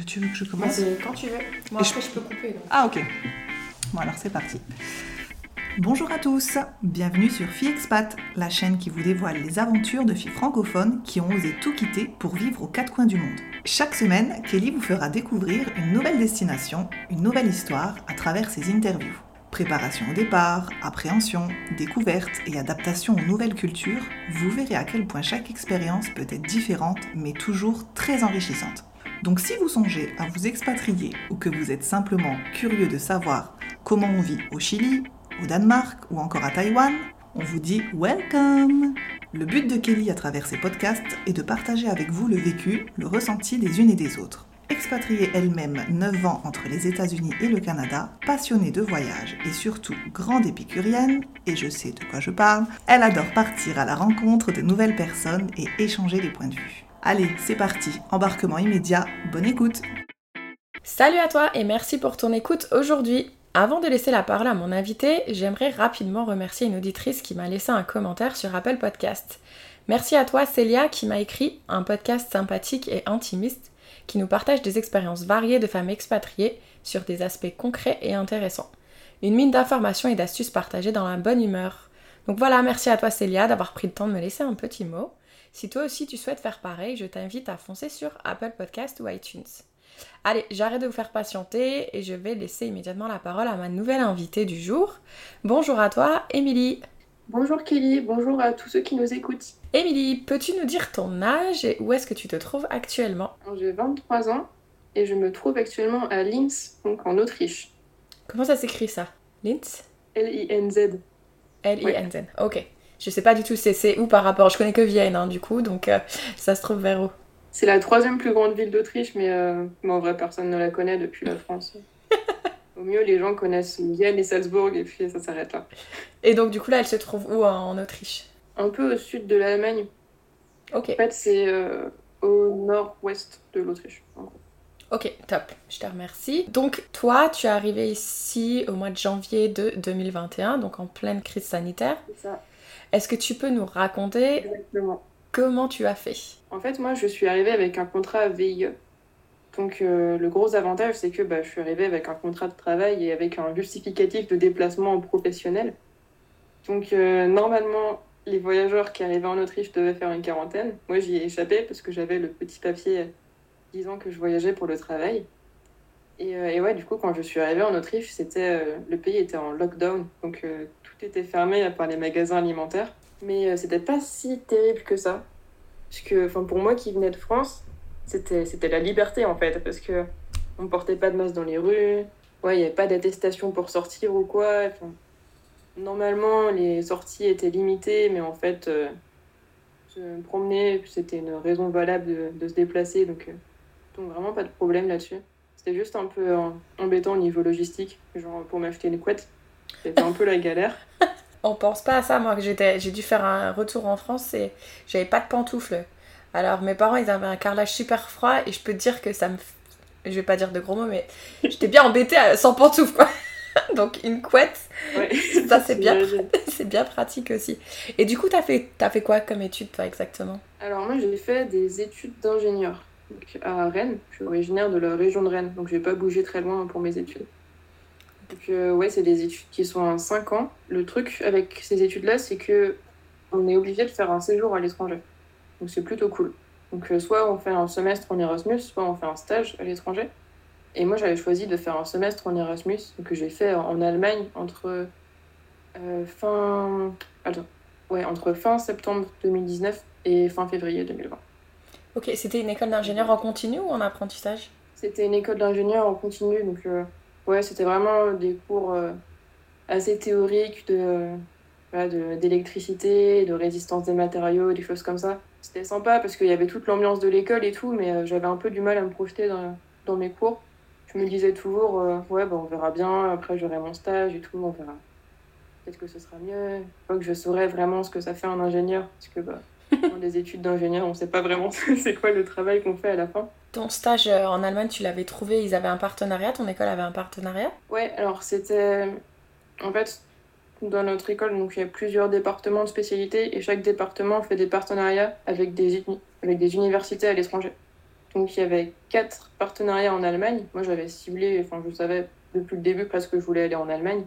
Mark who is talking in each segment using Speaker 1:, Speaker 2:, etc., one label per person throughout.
Speaker 1: tu veux que je commence ?
Speaker 2: C'est quand tu veux. Moi, après, je peux couper. Donc.
Speaker 1: Ah, ok. Bon, alors c'est parti. Bonjour à tous, bienvenue sur Filles Expat, la chaîne qui vous dévoile les aventures de filles francophones qui ont osé tout quitter pour vivre aux quatre coins du monde. Chaque semaine, Kelly vous fera découvrir une nouvelle destination, une nouvelle histoire à travers ses interviews. Préparation au départ, appréhension, découverte et adaptation aux nouvelles cultures, vous verrez à quel point chaque expérience peut être différente mais toujours très enrichissante. Donc si vous songez à vous expatrier ou que vous êtes simplement curieux de savoir comment on vit au Chili, au Danemark ou encore à Taïwan, on vous dit welcome! Le but de Kelly à travers ses podcasts est de partager avec vous le vécu, le ressenti des unes et des autres. Expatriée elle-même 9 ans entre les États-Unis et le Canada, passionnée de voyage et surtout grande épicurienne, et je sais de quoi je parle, elle adore partir à la rencontre de nouvelles personnes et échanger des points de vue. Allez, c'est parti, embarquement immédiat, bonne écoute!
Speaker 2: Salut à toi et merci pour ton écoute aujourd'hui. Avant de laisser la parole à mon invité, j'aimerais rapidement remercier une auditrice qui m'a laissé un commentaire sur Apple Podcast. Merci à toi Célia qui m'a écrit un podcast sympathique et intimiste qui nous partage des expériences variées de femmes expatriées sur des aspects concrets et intéressants. Une mine d'informations et d'astuces partagées dans la bonne humeur. Donc voilà, merci à toi Célia d'avoir pris le temps de me laisser un petit mot. Si toi aussi tu souhaites faire pareil, je t'invite à foncer sur Apple Podcast ou iTunes. Allez, j'arrête de vous faire patienter et je vais laisser immédiatement la parole à ma nouvelle invitée du jour. Bonjour à toi, Émilie.
Speaker 3: Bonjour Kelly, bonjour à tous ceux qui nous écoutent.
Speaker 2: Émilie, peux-tu nous dire ton âge et où est-ce que tu te trouves actuellement ?
Speaker 3: J'ai 23 ans et je me trouve actuellement à Linz, donc en Autriche.
Speaker 2: Comment ça s'écrit ça ? Linz ?
Speaker 3: L-I-N-Z.
Speaker 2: L-I-N-Z, ouais. Ok. Je sais pas du tout c'est où par rapport, je connais que Vienne du coup, donc ça se trouve vers où ?
Speaker 3: C'est la 3e plus grande ville d'Autriche, mais en vrai, personne ne la connaît depuis la France. Au mieux, les gens connaissent Vienne et Salzbourg, et puis ça s'arrête là.
Speaker 2: Et donc, du coup, là, elle se trouve où en Autriche ?
Speaker 3: Un peu au sud de l'Allemagne.
Speaker 2: Ok.
Speaker 3: En fait, c'est au nord-ouest de l'Autriche.
Speaker 2: Ok, top, je te remercie. Donc, toi, tu es arrivée ici au mois de janvier de 2021, donc en pleine crise sanitaire.
Speaker 3: C'est ça.
Speaker 2: Est-ce que tu peux nous raconter
Speaker 3: Exactement.
Speaker 2: Comment tu as fait ?
Speaker 3: En fait, moi, je suis arrivée avec un contrat VIE. Donc, le gros avantage, c'est que je suis arrivée avec un contrat de travail et avec un justificatif de déplacement professionnel. Donc, normalement, les voyageurs qui arrivaient en Autriche devaient faire une quarantaine. Moi, j'y ai échappé parce que j'avais le petit papier disant que je voyageais pour le travail. Et ouais, du coup, quand je suis arrivée en Autriche, le pays était en lockdown. Donc, tout était fermé à part les magasins alimentaires. Mais c'était pas si terrible que ça. Parce que, pour moi qui venais de France, c'était la liberté en fait. Parce que on portait pas de masque dans les rues. Ouais, il n'y avait pas d'attestation pour sortir ou quoi. Normalement, les sorties étaient limitées, mais en fait, se promener, c'était une raison valable de se déplacer. Donc, vraiment pas de problème là-dessus. C'était juste un peu embêtant au niveau logistique. Genre, pour m'acheter une couette, c'était un peu la galère.
Speaker 2: On pense pas à ça, moi, que j'ai dû faire un retour en France et j'avais pas de pantoufles. Alors, mes parents, ils avaient un carrelage super froid et je peux te dire que ça me... Je vais pas dire de gros mots, mais j'étais bien embêtée sans pantoufles, quoi. Donc, une couette,
Speaker 3: ouais,
Speaker 2: ça, c'est bien pratique aussi. Et du coup, t'as fait quoi comme études, toi, exactement ?
Speaker 3: Alors, moi, j'ai fait des études d'ingénieur à Rennes. Je suis originaire de la région de Rennes, donc j'ai pas bougé très loin pour mes études. Donc, ouais, c'est des études qui sont en 5 ans. Le truc avec ces études-là, c'est que on est obligé de faire un séjour à l'étranger. Donc, c'est plutôt cool. Donc, soit on fait un semestre en Erasmus, soit on fait un stage à l'étranger. Et moi, j'avais choisi de faire un semestre en Erasmus, que j'ai fait en Allemagne entre fin septembre 2019 et fin février 2020.
Speaker 2: Ok, c'était une école d'ingénieur en continu ou en apprentissage ?
Speaker 3: C'était une école d'ingénieur en continu, donc ouais, c'était vraiment des cours assez théoriques d'électricité, de résistance des matériaux, des choses comme ça. C'était sympa parce qu'il y avait toute l'ambiance de l'école et tout, mais j'avais un peu du mal à me projeter dans mes cours. Je me disais toujours, on verra bien, après j'aurai mon stage et tout, on verra. Peut-être que ce sera mieux. Une fois que je saurai vraiment ce que ça fait un ingénieur, parce que dans les études d'ingénieur, on ne sait pas vraiment c'est quoi le travail qu'on fait à la fin.
Speaker 2: Ton stage en Allemagne, tu l'avais trouvé, ils avaient un partenariat, ton école avait un partenariat ?
Speaker 3: Ouais, alors c'était... En fait, dans notre école, donc, il y a plusieurs départements de spécialité et chaque département fait des partenariats avec des universités à l'étranger. Donc il y avait 4 partenariats en Allemagne. Moi j'avais ciblé, enfin je savais depuis le début presque que je voulais aller en Allemagne.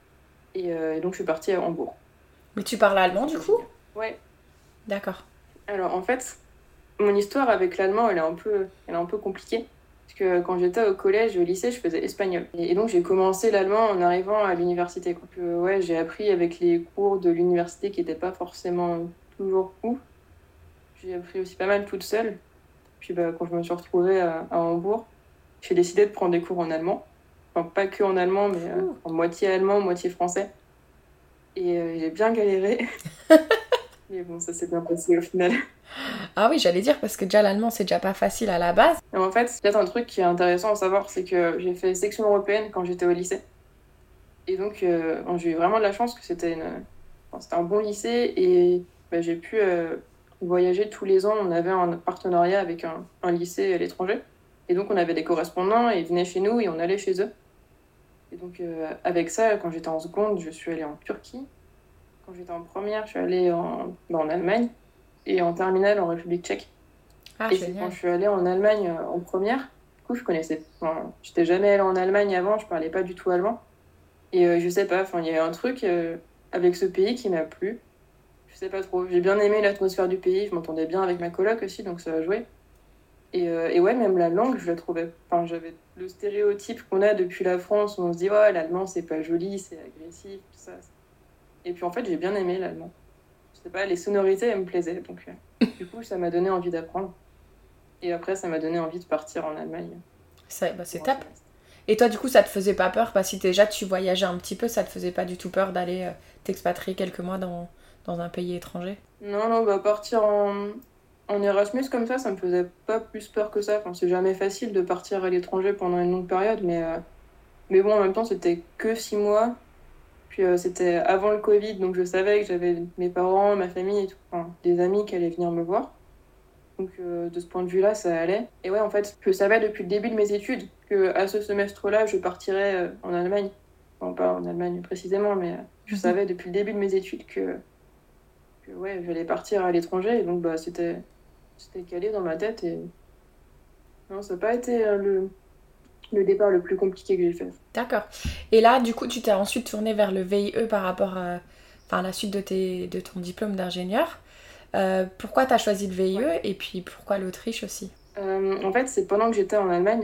Speaker 3: Et donc je suis partie à Hambourg.
Speaker 2: Mais tu parles allemand du coup ?
Speaker 3: Ouais.
Speaker 2: D'accord.
Speaker 3: Alors en fait, mon histoire avec l'allemand, elle est un peu compliquée. Parce que quand j'étais au collège et au lycée, je faisais espagnol. Et donc j'ai commencé l'allemand en arrivant à l'université. Donc ouais, j'ai appris avec les cours de l'université qui n'étaient pas forcément toujours ouf. J'ai appris aussi pas mal toute seule. Puis quand je me suis retrouvée à Hambourg, j'ai décidé de prendre des cours en allemand. Enfin, pas que en allemand, mais en moitié allemand, moitié français. Et j'ai bien galéré. Mais bon, ça s'est bien passé au final.
Speaker 2: Ah oui, j'allais dire, parce que déjà l'allemand, c'est déjà pas facile à la base.
Speaker 3: Et en fait, peut-être un truc qui est intéressant à savoir, c'est que j'ai fait section européenne quand j'étais au lycée. Et donc, j'ai eu vraiment de la chance que c'était un bon lycée. Et j'ai pu voyager tous les ans. On avait un partenariat avec un lycée à l'étranger. Et donc, on avait des correspondants et ils venaient chez nous et on allait chez eux. Et donc, avec ça, quand j'étais en seconde, je suis allée en Turquie. Quand j'étais en première, je suis allée en Allemagne. Et en terminale, en République tchèque.
Speaker 2: Ah,
Speaker 3: Et c'est
Speaker 2: génial.
Speaker 3: quand je suis allée en Allemagne en première. Du coup, j'étais jamais allée en Allemagne avant, je parlais pas du tout allemand. Et je sais pas, il y a un truc avec ce pays qui m'a plu. Je sais pas trop. J'ai bien aimé l'atmosphère du pays, je m'entendais bien avec ma coloc aussi, donc ça a joué. Et ouais, même la langue, je la trouvais. Enfin, j'avais le stéréotype qu'on a depuis la France où on se dit, ouais, l'allemand c'est pas joli, c'est agressif, tout ça. Et puis en fait, j'ai bien aimé l'allemand. Je sais pas, les sonorités, elles me plaisaient, donc du coup, ça m'a donné envie d'apprendre. Et après, ça m'a donné envie de partir en Allemagne.
Speaker 2: C'est top. Et toi, du coup, ça te faisait pas peur ? Parce que si déjà tu voyageais un petit peu, ça te faisait pas du tout peur d'aller t'expatrier quelques mois dans un pays étranger ?
Speaker 3: Non, partir en Erasmus comme ça me faisait pas plus peur que ça. Enfin, c'est jamais facile de partir à l'étranger pendant une longue période, mais bon, en même temps, c'était que 6 mois. Puis c'était avant le Covid, donc je savais que j'avais mes parents, ma famille et tout, enfin, des amis qui allaient venir me voir. Donc de ce point de vue-là, ça allait. Et ouais, en fait, je savais depuis le début de mes études qu'à ce semestre-là, je partirais en Allemagne. Enfin, pas en Allemagne précisément, mais je savais depuis le début de mes études que ouais, j'allais partir à l'étranger. Et donc c'était calé dans ma tête. Et non, ça n'a pas été le départ le plus compliqué que j'ai fait.
Speaker 2: D'accord. Et là, du coup, tu t'es ensuite tournée vers le VIE par rapport à la suite de ton diplôme d'ingénieur. Pourquoi tu as choisi le VIE et puis pourquoi l'Autriche aussi ?
Speaker 3: En fait, c'est pendant que j'étais en Allemagne.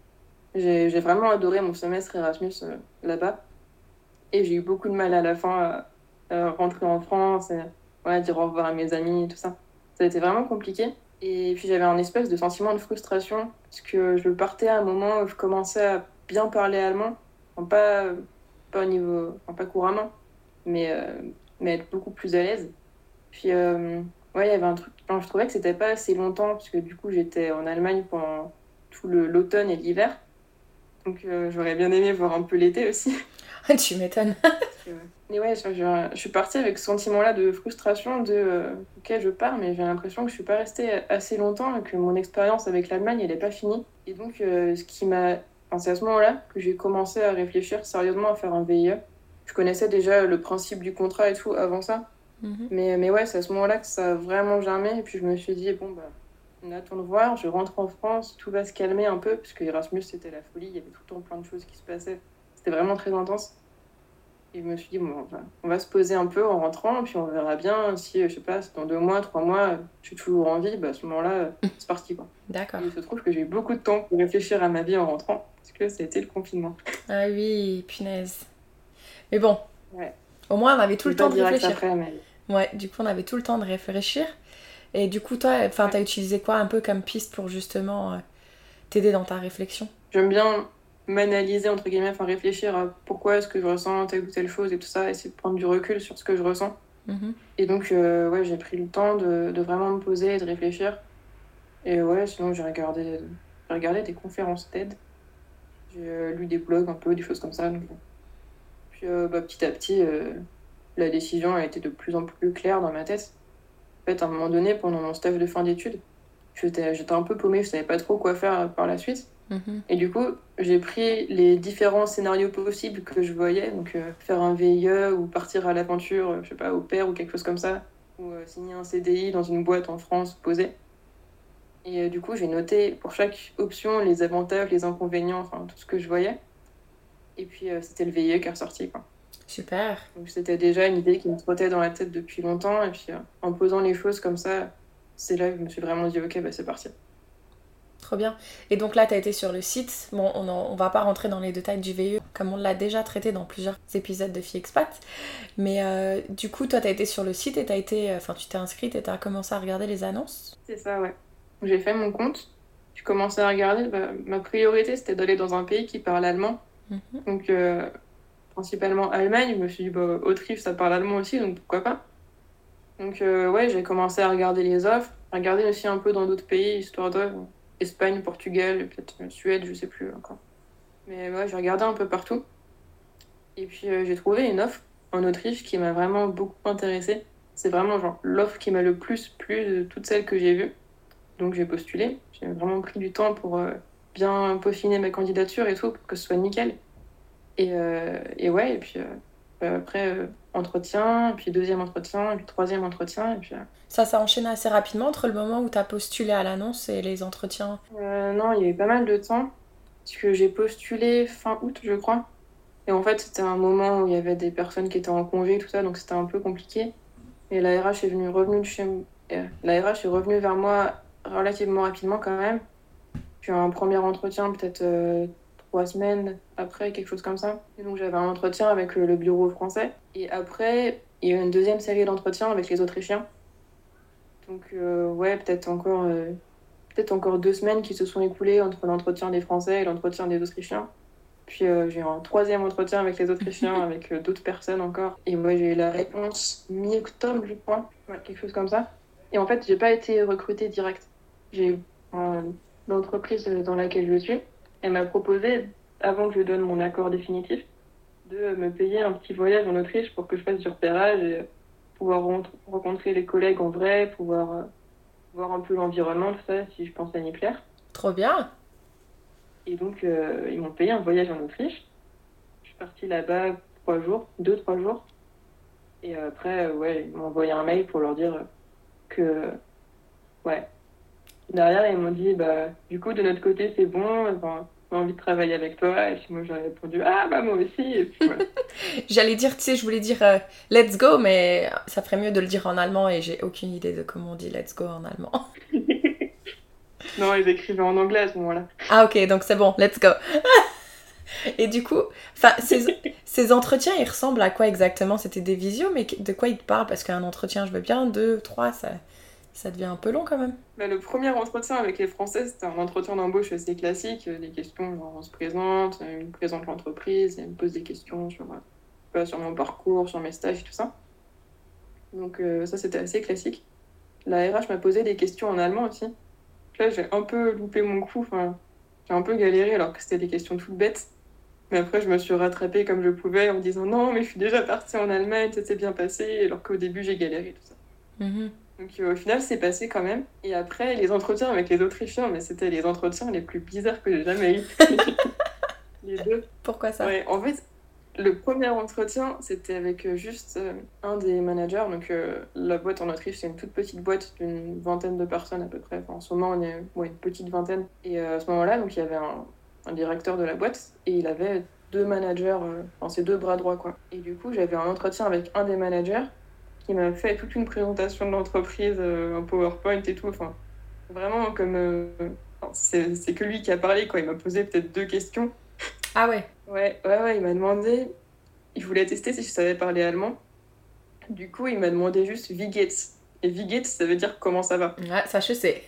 Speaker 3: J'ai vraiment adoré mon semestre Erasmus là-bas. Et j'ai eu beaucoup de mal à la fin à rentrer en France et dire au revoir à mes amis et tout ça. Ça a été vraiment compliqué. Et puis j'avais un espèce de sentiment de frustration parce que je partais à un moment où je commençais à bien parler allemand. Enfin, pas au niveau, enfin, pas couramment, mais être beaucoup plus à l'aise. Puis ouais, il y avait un truc, enfin, je trouvais que c'était pas assez longtemps parce que du coup j'étais en Allemagne pendant tout l'automne et l'hiver. Donc j'aurais bien aimé voir un peu l'été aussi.
Speaker 2: Tu m'étonnes.
Speaker 3: Mais ouais, je suis partie avec ce sentiment-là de frustration ok, je pars, mais j'ai l'impression que je suis pas restée assez longtemps et que mon expérience avec l'Allemagne, elle est pas finie. Et donc, c'est à ce moment-là que j'ai commencé à réfléchir sérieusement à faire un VIE. Je connaissais déjà le principe du contrat et tout avant ça.
Speaker 2: Mm-hmm.
Speaker 3: Mais ouais, c'est à ce moment-là que ça a vraiment germé. Et puis je me suis dit, bon, on attend de voir, je rentre en France, tout va se calmer un peu, parce que Erasmus, c'était la folie, il y avait tout le temps plein de choses qui se passaient. C'était vraiment très intense. Et je me suis dit, bon, on va se poser un peu en rentrant, puis on verra bien si, je sais pas, si dans 2 mois, 3 mois, je suis toujours en vie, à ce moment-là, c'est parti, quoi.
Speaker 2: D'accord.
Speaker 3: Et il se trouve que j'ai eu beaucoup de temps pour réfléchir à ma vie en rentrant, parce que ça a été le confinement.
Speaker 2: Ah oui, punaise. Mais bon,
Speaker 3: ouais.
Speaker 2: Au moins on avait tout le temps de réfléchir.
Speaker 3: Après, mais...
Speaker 2: Ouais, du coup on avait tout le temps de réfléchir. Et du coup toi, t'as utilisé quoi un peu comme piste pour justement t'aider dans ta réflexion ?
Speaker 3: J'aime bien m'analyser, entre guillemets, enfin réfléchir à pourquoi est-ce que je ressens telle ou telle chose et tout ça, essayer de prendre du recul sur ce que je ressens.
Speaker 2: Mm-hmm.
Speaker 3: Et donc, ouais, j'ai pris le temps de vraiment me poser et de réfléchir. Et ouais, sinon, j'ai regardé des conférences TED. J'ai lu des blogs un peu, des choses comme ça. Donc... Puis petit à petit, la décision a été de plus en plus claire dans ma tête. En fait, à un moment donné, pendant mon stage de fin d'études, j'étais un peu paumée, je savais pas trop quoi faire par la suite.
Speaker 2: Mm-hmm. Et
Speaker 3: du coup, j'ai pris les différents scénarios possibles que je voyais, donc faire un VIE ou partir à l'aventure, je sais pas, au pair ou quelque chose comme ça, ou signer un CDI dans une boîte en France, poser. Et du coup, j'ai noté pour chaque option les avantages, les inconvénients, enfin tout ce que je voyais. Et puis, c'était le VIE qui est ressorti, quoi.
Speaker 2: Super.
Speaker 3: Donc, c'était déjà une idée qui me trottait dans la tête depuis longtemps. Et puis, en posant les choses comme ça, c'est là que je me suis vraiment dit, ok, bah, c'est parti.
Speaker 2: Trop bien. Et donc là, tu as été sur le site. Bon, on va pas rentrer dans les détails du VE, comme on l'a déjà traité dans plusieurs épisodes de Fille Expat. Mais du coup, toi, tu as été sur le site et tu t'es inscrite et tu as commencé à regarder les annonces.
Speaker 3: C'est ça, ouais. J'ai fait mon compte. J'ai commencé à regarder. Bah, ma priorité, c'était d'aller dans un pays qui parle allemand.
Speaker 2: Mhm.
Speaker 3: Donc, principalement Allemagne. Je me suis dit, bah, Autriche, ça parle allemand aussi, donc pourquoi pas. Donc, ouais, j'ai commencé à regarder les offres, à regarder aussi un peu dans d'autres pays, histoire de Espagne, Portugal, peut-être Suède, je sais plus encore. Mais ouais, j'ai regardé un peu partout. Et puis, j'ai trouvé une offre en Autriche qui m'a vraiment beaucoup intéressée. C'est vraiment genre l'offre qui m'a le plus plu de toutes celles que j'ai vues. Donc, j'ai postulé. J'ai vraiment pris du temps pour bien peaufiner ma candidature et tout, pour que ce soit nickel. Et ouais, et puis après, entretien, puis deuxième entretien, puis troisième entretien, et puis...
Speaker 2: Ça s'est enchaîné assez rapidement entre le moment où tu as postulé à l'annonce et les entretiens.
Speaker 3: Non, il y a eu pas mal de temps, parce que j'ai postulé fin août, je crois. Et en fait, c'était un moment où il y avait des personnes qui étaient en congé, tout ça, donc c'était un peu compliqué. Et la RH la RH est revenue vers moi relativement rapidement quand même. Puis un premier entretien, peut-être 3 semaines après, quelque chose comme ça. Et donc j'avais un entretien avec le bureau français. Et après, il y a eu une deuxième série d'entretiens avec les Autrichiens. Donc ouais, peut-être encore 2 semaines qui se sont écoulées entre l'entretien des Français et l'entretien des Autrichiens. Puis j'ai eu un troisième entretien avec les Autrichiens, avec d'autres personnes encore. Et moi, j'ai eu la réponse mi-octobre, je crois. Ouais, quelque chose comme ça. Et en fait, j'ai pas été recrutée direct. J'ai eu l'entreprise dans laquelle je suis. Elle m'a proposé, avant que je donne mon accord définitif, de me payer un petit voyage en Autriche pour que je fasse du repérage et pouvoir rencontrer les collègues en vrai, pouvoir voir un peu l'environnement, tout ça, si je pense à m'y plaire.
Speaker 2: Trop bien.
Speaker 3: Et donc, ils m'ont payé un voyage en Autriche. Je suis partie là-bas 3 jours, 2, 3 jours. Et après, ouais, ils m'ont envoyé un mail pour leur dire que, ouais. Derrière, ils m'ont dit, bah, du coup, de notre côté, c'est bon, enfin, on a envie de travailler avec toi. Et puis moi, j'ai répondu, ah, bah, moi aussi. Et puis voilà.
Speaker 2: J'allais dire, tu sais, je voulais dire let's go, mais ça ferait mieux de le dire en allemand et j'ai aucune idée de comment on dit let's go en allemand.
Speaker 3: Non, ils écrivaient en anglais à ce moment-là.
Speaker 2: Ah ok, donc c'est bon, let's go. Et du coup, ces entretiens, ils ressemblent à quoi exactement? C'était des visios, mais de quoi ils te parlent? Parce qu'un entretien, je veux bien, 2, 3, ça devient un peu long quand même.
Speaker 3: Bah, le premier entretien avec les Français, c'était un entretien d'embauche assez classique. Des questions, genre, on se présente, ils me présentent l'entreprise, ils me posent des questions sur mon parcours, sur mes stages et tout ça. Donc ça, c'était assez classique. La RH m'a posé des questions en allemand aussi. Là, j'ai un peu loupé mon coup, enfin, j'ai un peu galéré alors que c'était des questions toutes bêtes. Mais après, je me suis rattrapée comme je pouvais en me disant non, mais je suis déjà partie en Allemagne, ça s'est bien passé, alors qu'au début, j'ai galéré, tout ça.
Speaker 2: Mm-hmm.
Speaker 3: Donc au final, c'est passé quand même. Et après, les entretiens avec les Autrichiens, mais c'était les entretiens les plus bizarres que j'ai jamais eus. Les deux.
Speaker 2: Pourquoi ça?
Speaker 3: Ouais, en fait, le premier entretien, c'était avec juste un des managers. Donc la boîte en Autriche, c'est une toute petite boîte d'une vingtaine de personnes à peu près. Enfin, en ce moment, on est une petite vingtaine. Et à ce moment-là, donc il y avait un directeur de la boîte et il avait deux managers, enfin ses deux bras droits quoi. Et du coup, j'avais un entretien avec un des managers qui m'a fait toute une présentation de l'entreprise, un PowerPoint et tout. Enfin, vraiment comme enfin, c'est que lui qui a parlé quoi. Il m'a posé peut-être 2 questions.
Speaker 2: Ah ouais.
Speaker 3: Ouais, il m'a demandé, il voulait tester si je savais parler allemand. Du coup, il m'a demandé juste Wie geht's. Et Wie geht's, ça veut dire comment ça va.
Speaker 2: Ouais, ça je sais.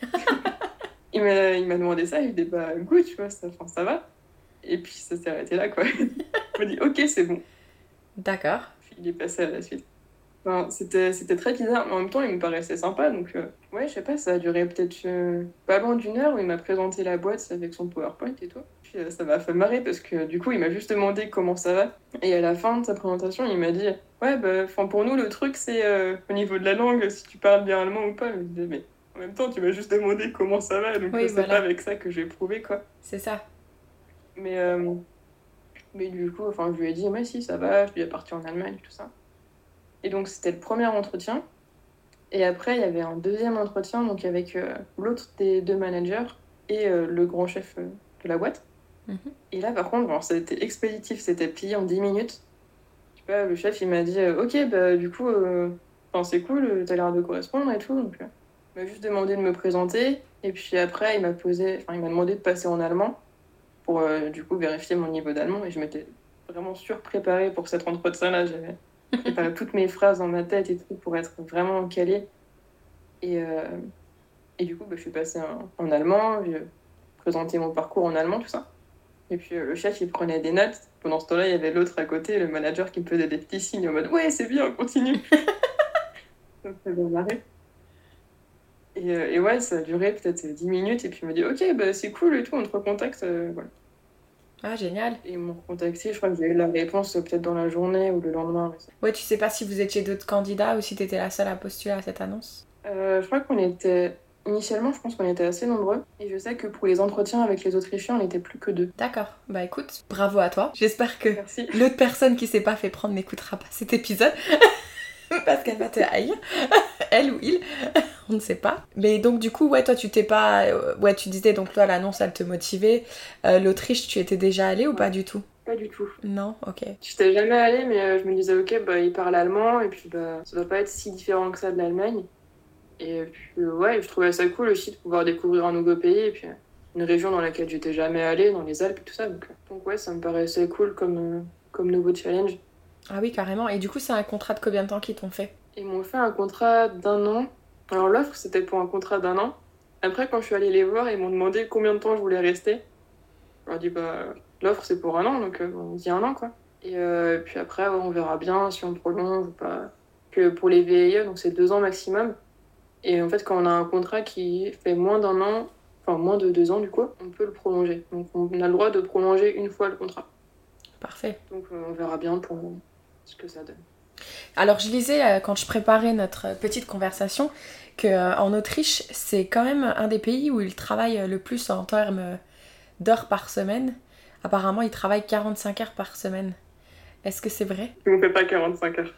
Speaker 3: Il m'a demandé ça, je lui ai dit bah good, tu vois, enfin, ça va. Et puis ça s'est arrêté là, quoi. Il m'a dit ok, c'est bon.
Speaker 2: D'accord.
Speaker 3: Puis il est passé à la suite. Enfin, c'était très bizarre, mais en même temps, il me paraissait sympa. Donc, ouais, je sais pas, ça a duré peut-être pas loin d'1 heure où il m'a présenté la boîte avec son PowerPoint et tout. Puis ça m'a fait marrer parce que du coup, il m'a juste demandé comment ça va. Et à la fin de sa présentation, il m'a dit ouais, bah, pour nous, le truc, c'est au niveau de la langue, si tu parles bien allemand ou pas. Je me disais, mais en même temps, tu m'as juste demandé comment ça va, donc
Speaker 2: Oui,
Speaker 3: c'est
Speaker 2: voilà.
Speaker 3: pas avec ça que j'ai prouvé, quoi.
Speaker 2: C'est ça.
Speaker 3: Mais, euh, mais du coup, enfin, je lui ai dit, mais si, ça va, je suis déjà partie en Allemagne, tout ça. Et donc, c'était le premier entretien. Et après, il y avait un deuxième entretien donc avec l'autre des deux managers et le grand chef de la boîte. Et là, par contre, bon, ça a été expéditif, c'était plié en 10 minutes. Je sais pas, le chef, il m'a dit Ok, bah du coup, c'est cool, t'as l'air de correspondre et tout. Donc, il m'a juste demandé de me présenter. Et puis après, il m'a demandé de passer en allemand pour du coup vérifier mon niveau d'allemand. Et je m'étais vraiment surpréparée pour cet entretien-là. J'avais préparé toutes mes phrases dans ma tête et tout pour être vraiment calée. Et du coup, je suis passée en allemand, j'ai présenté mon parcours en allemand, tout ça. Et puis le chef, il prenait des notes. Pendant ce temps-là, il y avait l'autre à côté, le manager, qui me faisait des petits signes en mode Ouais, c'est bien, continue. Ça me fait bien marrer. Et ouais, ça a duré peut-être 10 minutes. Et puis il m'a dit Ok, c'est cool et tout, on te recontacte. Voilà.
Speaker 2: Ah, génial.
Speaker 3: Et ils m'ont recontacté, je crois que j'ai eu la réponse peut-être dans la journée ou le lendemain.
Speaker 2: Ouais, tu sais pas si vous étiez d'autres candidats ou si t'étais la seule à postuler à cette annonce?
Speaker 3: Je crois qu'on était. Initialement, je pense qu'on était assez nombreux. Et je sais que pour les entretiens avec les Autrichiens, on n'était plus que 2.
Speaker 2: D'accord. Bah écoute, bravo à toi. J'espère que
Speaker 3: Merci.
Speaker 2: l'autre personne qui s'est pas fait prendre n'écoutera pas cet épisode. Parce qu'elle va te haïr. Elle ou il. On ne sait pas. Mais donc du coup, ouais, toi tu t'es pas... Ouais, tu disais donc toi l'annonce elle te motivait. L'Autriche, tu étais déjà allée ou pas du tout?
Speaker 3: Pas du tout.
Speaker 2: Non, ok.
Speaker 3: Je n'étais jamais allée, mais je me disais, ok, il parle allemand, et puis ça doit pas être si différent que ça de l'Allemagne. Et puis, ouais, je trouvais ça cool aussi de pouvoir découvrir un nouveau pays, et puis une région dans laquelle j'étais jamais allée, dans les Alpes et tout ça. Donc ouais, ça me paraissait cool comme nouveau challenge.
Speaker 2: Ah oui, carrément. Et du coup, c'est un contrat de combien de temps qu'ils t'ont fait?
Speaker 3: Ils m'ont fait un contrat d'1 an. Alors l'offre, c'était pour un contrat d'1 an. Après, quand je suis allée les voir, ils m'ont demandé combien de temps je voulais rester. Je leur ai dit, l'offre, c'est pour 1 an, donc on dit 1 an, quoi. Et puis après, on verra bien si on prolonge ou pas. Que pour les VIE, donc c'est 2 ans maximum. Et en fait, quand on a un contrat qui fait moins d'1 an, enfin moins de 2 ans du coup, on peut le prolonger. Donc on a le droit de prolonger une fois le contrat.
Speaker 2: Parfait.
Speaker 3: Donc on verra bien pour ce que ça donne.
Speaker 2: Alors je lisais quand je préparais notre petite conversation qu'en Autriche, c'est quand même un des pays où ils travaillent le plus en termes d'heures par semaine. Apparemment, ils travaillent 45 heures par semaine. Est-ce que c'est vrai?
Speaker 3: On fait pas 45 heures.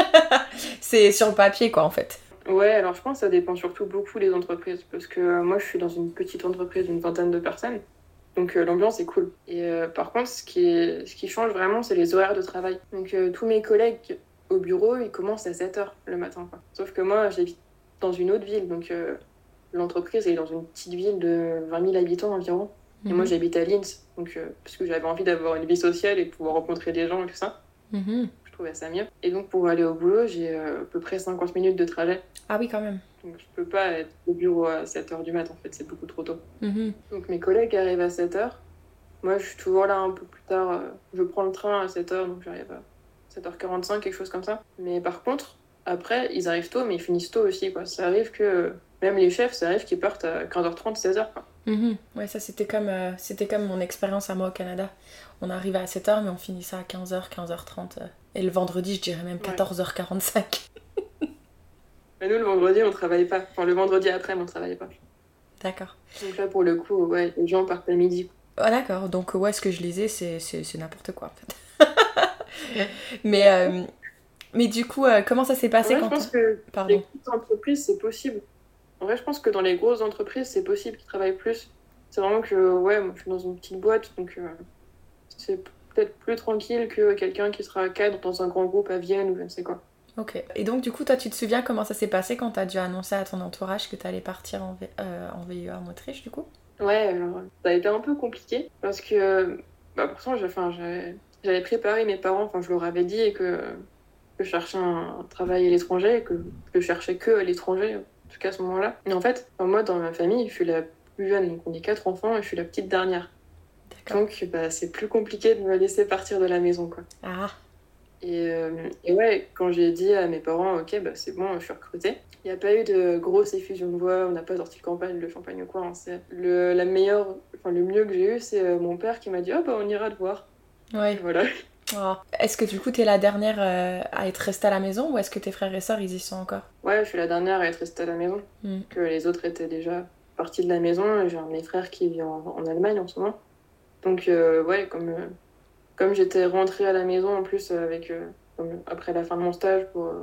Speaker 2: C'est sur le papier, quoi, en fait.
Speaker 3: Ouais, alors je pense que ça dépend surtout beaucoup des entreprises. Parce que moi, je suis dans une petite entreprise d'une vingtaine de personnes. Donc l'ambiance est cool. Et par contre, ce qui change vraiment, c'est les horaires de travail. Donc tous mes collègues au bureau, ils commencent à 7 heures le matin, quoi. Sauf que moi, j'habite dans une autre ville. Donc l'entreprise est dans une petite ville de 20 000 habitants environ. Et moi, j'habite à Linz. Donc, parce que j'avais envie d'avoir une vie sociale et de pouvoir rencontrer des gens et tout ça. Je trouvais ça mieux. Et donc, pour aller au boulot, j'ai à peu près 50 minutes de trajet.
Speaker 2: Ah oui, quand même.
Speaker 3: Donc, je peux pas être au bureau à 7h du mat, en fait, c'est beaucoup trop tôt. Donc, mes collègues arrivent à 7h. Moi, je suis toujours là un peu plus tard. Je prends le train à 7h, donc j'arrive à 7h45, quelque chose comme ça. Mais par contre, après, ils arrivent tôt, mais ils finissent tôt aussi, quoi. Ça arrive que, même les chefs, ça arrive qu'ils partent à 15h30, 16h, quoi.
Speaker 2: Ouais, ça c'était comme mon expérience à moi au Canada. On arrivait à 7h, mais on finissait à 15h, 15h30. Et le vendredi, je dirais même 14h45.
Speaker 3: Mais nous, le vendredi, on travaille pas. Enfin, le vendredi après, on travaille pas.
Speaker 2: D'accord.
Speaker 3: Donc là, pour le coup, ouais, les gens partent à midi.
Speaker 2: Ah, d'accord. Donc, ouais, ce que je lisais, c'est n'importe quoi, en fait. Mais du coup, comment ça s'est passé
Speaker 3: Je pense que
Speaker 2: Pardon.
Speaker 3: les petites entreprises, c'est possible. En vrai, je pense que dans les grosses entreprises, c'est possible qu'ils travaillent plus. C'est vraiment que, ouais, moi, je suis dans une petite boîte, donc c'est peut-être plus tranquille que quelqu'un qui sera cadre dans un grand groupe à Vienne ou je ne sais quoi.
Speaker 2: Ok. Et donc, du coup, toi, tu te souviens comment ça s'est passé quand t'as dû annoncer à ton entourage que t'allais partir en VIE en Autriche, du coup?
Speaker 3: Ouais, alors, ça a été un peu compliqué parce que, pourtant, j'avais préparé mes parents, enfin, je leur avais dit et que je cherchais un travail à l'étranger et que je cherchais que à l'étranger, en tout cas à ce moment-là. Et en fait, moi, dans ma famille, je suis la plus jeune, donc on est 4 enfants et je suis la petite dernière.
Speaker 2: D'accord.
Speaker 3: Donc, c'est plus compliqué de me laisser partir de la maison, quoi.
Speaker 2: Ah.
Speaker 3: Et ouais, quand j'ai dit à mes parents, ok, c'est bon, je suis recrutée, il n'y a pas eu de grosse effusion de voix, on n'a pas sorti campagne de champagne ou quoi. Hein. C'est le mieux que j'ai eu, c'est mon père qui m'a dit, on ira te voir.
Speaker 2: Ouais.
Speaker 3: Et voilà.
Speaker 2: Oh. Est-ce que du coup, t'es la dernière à être restée à la maison ou est-ce que tes frères et sœurs, ils y sont encore?
Speaker 3: Ouais, je suis la dernière à être restée à la maison. Que les autres étaient déjà partis de la maison. J'ai un de mes frères qui vit en Allemagne en ce moment. Donc, ouais, comme j'étais rentrée à la maison en plus après la fin de mon stage pour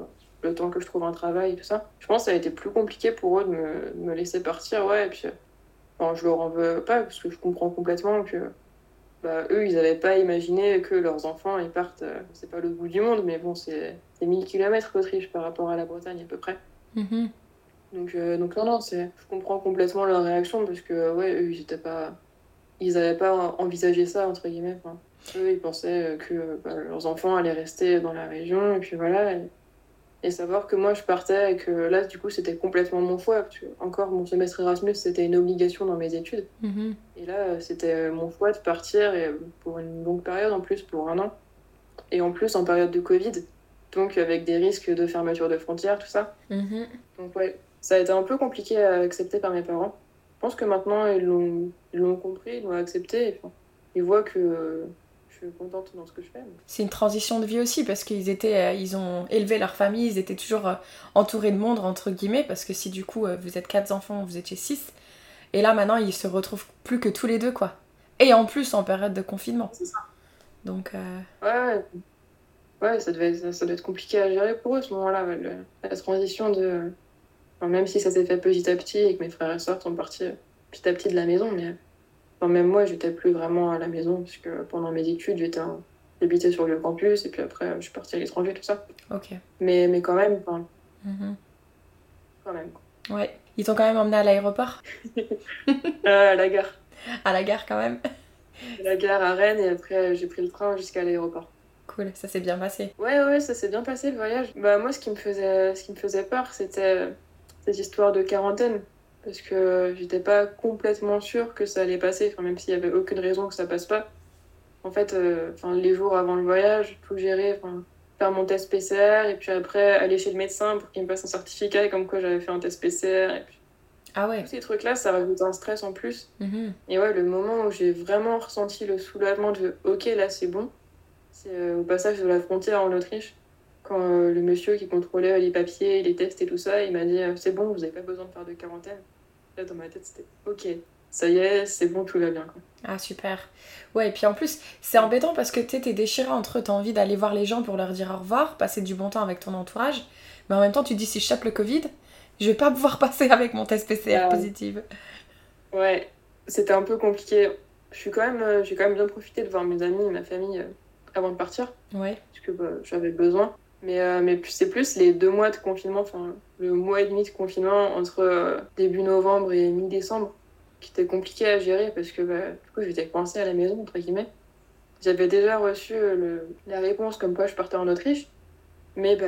Speaker 3: le temps que je trouve un travail et tout ça. Je pense que ça a été plus compliqué pour eux de me laisser partir, ouais, et puis enfin, je leur en veux pas, parce que je comprends complètement que eux, ils n'avaient pas imaginé que leurs enfants, ils partent, c'est pas le bout du monde, mais bon, c'est 1000 km l'Autriche par rapport à la Bretagne à peu près.
Speaker 2: Mhm.
Speaker 3: Donc non, je comprends complètement leur réaction, parce que, ouais, eux, ils n'avaient pas envisagé ça, entre guillemets. Enfin, eux, ils pensaient que leurs enfants allaient rester dans la région, et puis voilà. Et savoir que moi, je partais et que là, du coup, c'était complètement mon choix. Parce que, encore, mon semestre Erasmus, c'était une obligation dans mes études.
Speaker 2: Mhm.
Speaker 3: Et là, c'était mon choix de partir et pour une longue période, en plus, pour 1 an. Et en plus, en période de Covid. Donc, avec des risques de fermeture de frontières, tout ça.
Speaker 2: Mhm.
Speaker 3: Donc, ouais, ça a été un peu compliqué à accepter par mes parents. Je pense que maintenant, ils l'ont compris, ils l'ont accepté. Et, enfin, ils voient que je suis contente dans ce que je fais.
Speaker 2: C'est une transition de vie aussi parce ils ont élevé leur famille, ils étaient toujours entourés de monde entre guillemets parce que si du coup vous êtes 4 enfants, vous étiez 6 et là maintenant ils se retrouvent plus que tous les deux quoi. Et en plus en période de confinement.
Speaker 3: C'est ça.
Speaker 2: Donc
Speaker 3: Ouais, ça devait être compliqué à gérer pour eux ce moment-là, ouais, la transition de... Enfin, même si ça s'est fait petit à petit et que mes frères et sœurs sont partis petit à petit de la maison, mais enfin, même moi, j'étais plus vraiment à la maison, puisque pendant mes études, j'habitais sur le campus, et puis après, je suis partie à l'étranger, tout ça.
Speaker 2: ok.
Speaker 3: Mais quand même, enfin,
Speaker 2: Mhm.
Speaker 3: quand même.
Speaker 2: Ouais. Ils t'ont quand même emmené à l'aéroport.
Speaker 3: À la gare.
Speaker 2: À la gare quand même.
Speaker 3: À la gare à Rennes, et après, j'ai pris le train jusqu'à l'aéroport.
Speaker 2: Cool, ça s'est bien passé.
Speaker 3: Ouais, ça s'est bien passé, le voyage. Moi, ce qui me faisait peur, c'était cette histoire de quarantaine. Parce que j'étais pas complètement sûre que ça allait passer, enfin, même s'il y avait aucune raison que ça passe pas. En fait, les jours avant le voyage, tout gérer, faire mon test PCR, et puis après aller chez le médecin pour qu'il me passe un certificat comme quoi j'avais fait un test PCR. Et puis,
Speaker 2: Ah ouais.
Speaker 3: tous ces trucs-là, ça rajoute un stress en plus.
Speaker 2: Mhm.
Speaker 3: Et ouais, le moment où j'ai vraiment ressenti le soulagement de « Ok, là, c'est bon », c'est au passage de la frontière en Autriche. Quand le monsieur qui contrôlait les papiers, les tests et tout ça, il m'a dit « C'est bon, vous n'avez pas besoin de faire de quarantaine ». Là, dans ma tête, c'était « Ok, ça y est, c'est bon, tout va bien. »
Speaker 2: Ah super. Ouais, et puis en plus, c'est embêtant parce que t'es déchiré entre eux, t'as envie d'aller voir les gens pour leur dire au revoir, passer du bon temps avec ton entourage, mais en même temps tu te dis si je chope le Covid, je vais pas pouvoir passer avec mon test PCR positive.
Speaker 3: Ouais, c'était un peu compliqué. J'ai quand même bien profité de voir mes amis et ma famille avant de partir,
Speaker 2: Ouais.
Speaker 3: parce que j'avais besoin. Mais c'est plus les 2 mois de confinement, enfin le mois et demi de confinement entre début novembre et mi-décembre, qui était compliqué à gérer parce que du coup j'étais coincée à la maison, entre guillemets. J'avais déjà reçu la réponse comme quoi je partais en Autriche, mais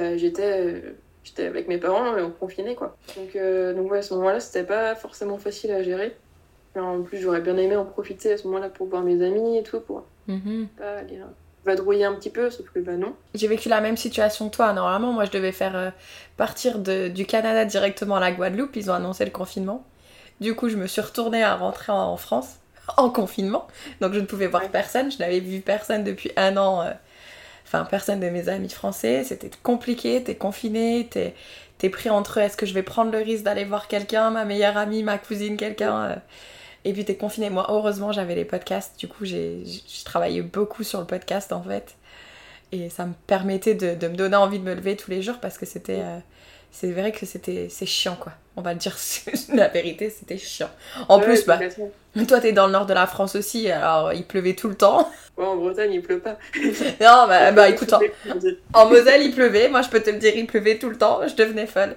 Speaker 3: j'étais avec mes parents et on confinait quoi. Donc ouais, à ce moment-là, c'était pas forcément facile à gérer. Et en plus, j'aurais bien aimé en profiter à ce moment-là pour voir mes amis et tout, pour pas aller vadrouiller un petit peu, sauf que non.
Speaker 2: J'ai vécu la même situation que toi. Normalement, moi je devais faire partir du Canada directement à la Guadeloupe, ils ont annoncé le confinement. Du coup, je me suis retournée à rentrer en France, en confinement. Donc, je ne pouvais voir personne. Je n'avais vu personne depuis 1 an. Enfin, personne de mes amis français. C'était compliqué. T'es confiné. T'es pris entre eux. Est-ce que je vais prendre le risque d'aller voir quelqu'un, ma meilleure amie, ma cousine, quelqu'un Et puis, t'es confiné. Moi, heureusement, j'avais les podcasts. Du coup, j'ai travaillé beaucoup sur le podcast, en fait. Et ça me permettait de me donner envie de me lever tous les jours parce que c'était... c'est vrai que c'est chiant quoi. On va le dire la vérité, c'était chiant. En plus, toi t'es dans le nord de la France aussi, alors il pleuvait tout le temps.
Speaker 3: Ouais, en Bretagne il pleut pas.
Speaker 2: Non, écoute, en Moselle il pleuvait, moi je peux te le dire, il pleuvait tout le temps, je devenais folle.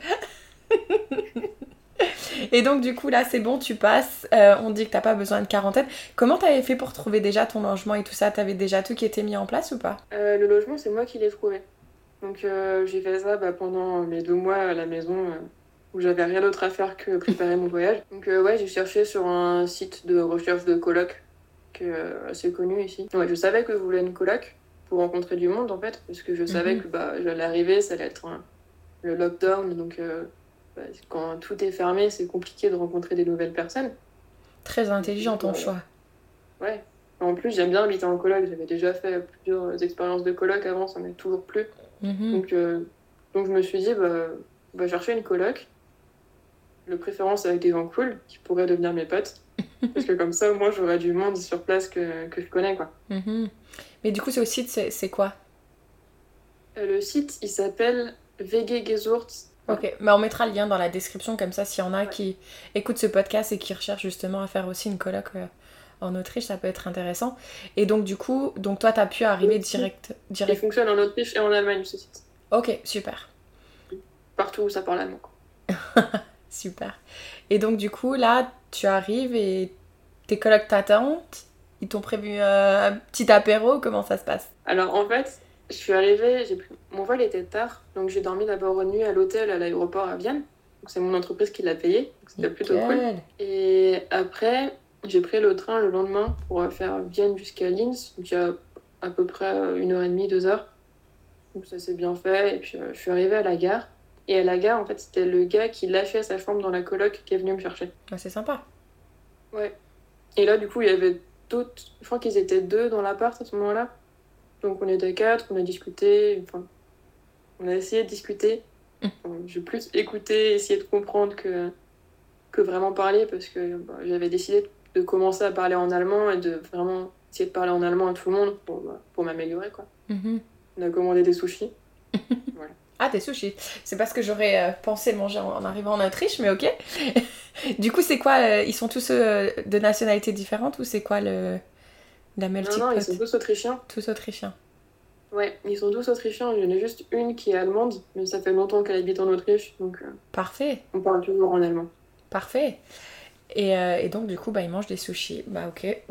Speaker 2: Et donc du coup là c'est bon, tu passes, on dit que t'as pas besoin de quarantaine. Comment t'avais fait pour trouver déjà ton logement et tout ça? T'avais déjà tout qui était mis en place ou pas?
Speaker 3: Le logement c'est moi qui l'ai trouvé. Donc j'ai fait ça pendant mes 2 mois à la maison où j'avais rien d'autre à faire que préparer mon voyage. Donc ouais, j'ai cherché sur un site de recherche de coloc qui est assez connu ici. Ouais, je savais que je voulais une coloc pour rencontrer du monde en fait, parce que je savais que j'allais arriver, ça allait être le lockdown, donc quand tout est fermé, c'est compliqué de rencontrer des nouvelles personnes.
Speaker 2: Très intelligent ton choix.
Speaker 3: Ouais. En plus, j'aime bien habiter en coloc. J'avais déjà fait plusieurs expériences de coloc avant, ça m'a toujours plu. Donc je me suis dit, chercher une coloc, de préférence avec des gens cool, qui pourraient devenir mes potes. Parce que comme ça, au moins, j'aurais du monde sur place que je connais, quoi.
Speaker 2: Mais du coup, ce site, c'est quoi?
Speaker 3: Le site, il s'appelle WG Gesurt.
Speaker 2: Ok, mais on mettra le lien dans la description, comme ça, s'il y en a qui écoutent ce podcast et qui recherchent justement à faire aussi une coloc en Autriche, ça peut être intéressant. Et donc, du coup, toi, t'as pu arriver direct.
Speaker 3: Il fonctionne en Autriche et en Allemagne, ce site.
Speaker 2: Ok, super.
Speaker 3: Partout où ça parle allemand.
Speaker 2: Super. Et donc, du coup, là, tu arrives et tes colocs t'attendent. Ils t'ont prévu un petit apéro. Comment ça se passe?
Speaker 3: Alors, en fait, je suis arrivée, mon vol était tard, donc j'ai dormi d'abord une nuit à l'hôtel à l'aéroport à Vienne. Donc, c'est mon entreprise qui l'a payé, donc c'était plutôt cool. Et après, j'ai pris le train le lendemain pour faire Vienne jusqu'à Linz, donc il y a à peu près 1h30, 2h. Donc ça s'est bien fait, et puis je suis arrivée à la gare. Et à la gare, en fait, c'était le gars qui lâchait sa chambre dans la coloc qui est venu me chercher.
Speaker 2: Ah, c'est sympa.
Speaker 3: Ouais. Et là, du coup, il y avait d'autres... Je crois qu'ils étaient 2 dans l'appart à ce moment-là. Donc on était 4, on a discuté, enfin... On a essayé de discuter. Enfin, j'ai plus écouté, essayé de comprendre que vraiment parler, parce que j'avais décidé de commencer à parler en allemand et de vraiment essayer de parler en allemand à tout le monde pour m'améliorer, quoi. On a commandé des sushis. Voilà.
Speaker 2: Ah, des sushis. C'est pas ce que j'aurais pensé manger en arrivant en Autriche, mais ok. Du coup, c'est quoi ils sont tous de nationalités différentes ou c'est quoi la melting pot?
Speaker 3: Non, ils sont tous autrichiens.
Speaker 2: Tous autrichiens.
Speaker 3: Ouais, ils sont tous autrichiens. Il y en a juste une qui est allemande, mais ça fait longtemps qu'elle habite en Autriche, donc
Speaker 2: Parfait.
Speaker 3: on parle toujours en allemand.
Speaker 2: Parfait. Et donc, du coup, ils mangent des sushis. Bah, ok.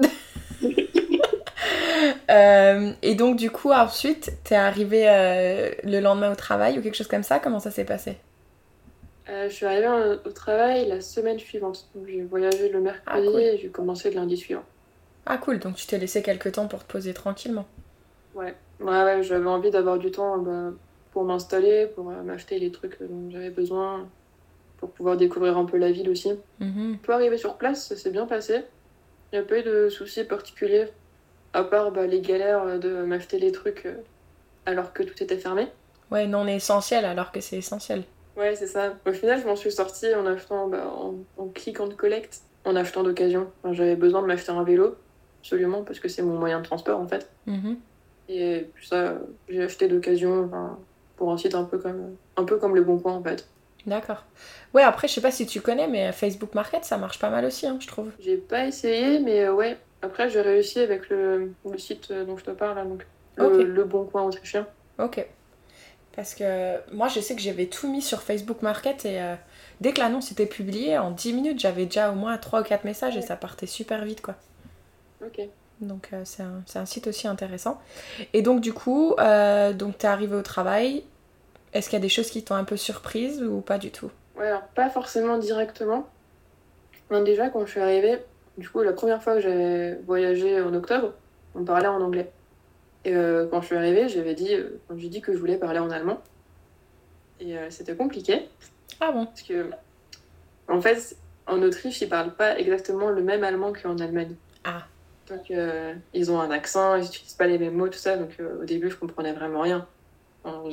Speaker 2: Et donc, du coup, ensuite, t'es arrivé le lendemain au travail ou quelque chose comme ça? Comment ça s'est passé?
Speaker 3: Je suis arrivée au travail la semaine suivante. Donc, j'ai voyagé le mercredi
Speaker 2: cool.
Speaker 3: et j'ai commencé le lundi suivant.
Speaker 2: Ah, cool. Donc, tu t'es laissé quelques temps pour te poser tranquillement.
Speaker 3: Ouais, j'avais envie d'avoir du temps pour m'installer, pour m'acheter les trucs dont j'avais besoin, pour pouvoir découvrir un peu la ville aussi. Pour arriver sur place, ça s'est bien passé. Il n'y a pas eu de soucis particuliers, à part les galères de m'acheter les trucs alors que tout était fermé.
Speaker 2: Ouais, non essentiel alors que c'est essentiel.
Speaker 3: Ouais, c'est ça. Au final, je m'en suis sortie en achetant, en click and collect, en achetant d'occasion. Enfin, j'avais besoin de m'acheter un vélo, absolument, parce que c'est mon moyen de transport en fait. Et puis ça, j'ai acheté d'occasion pour un site un peu comme Le Bon Coin en fait.
Speaker 2: D'accord. Ouais, après, je sais pas si tu connais, mais Facebook Market, ça marche pas mal aussi, hein, je trouve.
Speaker 3: J'ai pas essayé, mais ouais. Après, j'ai réussi avec le site dont je te parle, là, donc le Bon Coin autrichien.
Speaker 2: Ok. Parce que moi, je sais que j'avais tout mis sur Facebook Market et dès que l'annonce était publiée, en 10 minutes, j'avais déjà au moins 3 ou 4 messages et ça partait super vite, quoi.
Speaker 3: Ok.
Speaker 2: Donc, c'est un site aussi intéressant. Et donc, du coup, t'es arrivée au travail. Est-ce qu'il y a des choses qui t'ont un peu surprise ou pas du tout?
Speaker 3: Ouais, alors pas forcément directement. Déjà, quand je suis arrivée, du coup, la première fois que j'avais voyagé en octobre, on parlait en anglais. Et quand je suis arrivée, j'ai dit que je voulais parler en allemand. Et c'était compliqué.
Speaker 2: Ah bon?
Speaker 3: Parce que, en fait, en Autriche, ils parlent pas exactement le même allemand qu'en Allemagne.
Speaker 2: Ah.
Speaker 3: Donc, ils ont un accent, ils n'utilisent pas les mêmes mots, tout ça. Donc, au début, je comprenais vraiment rien. Enfin,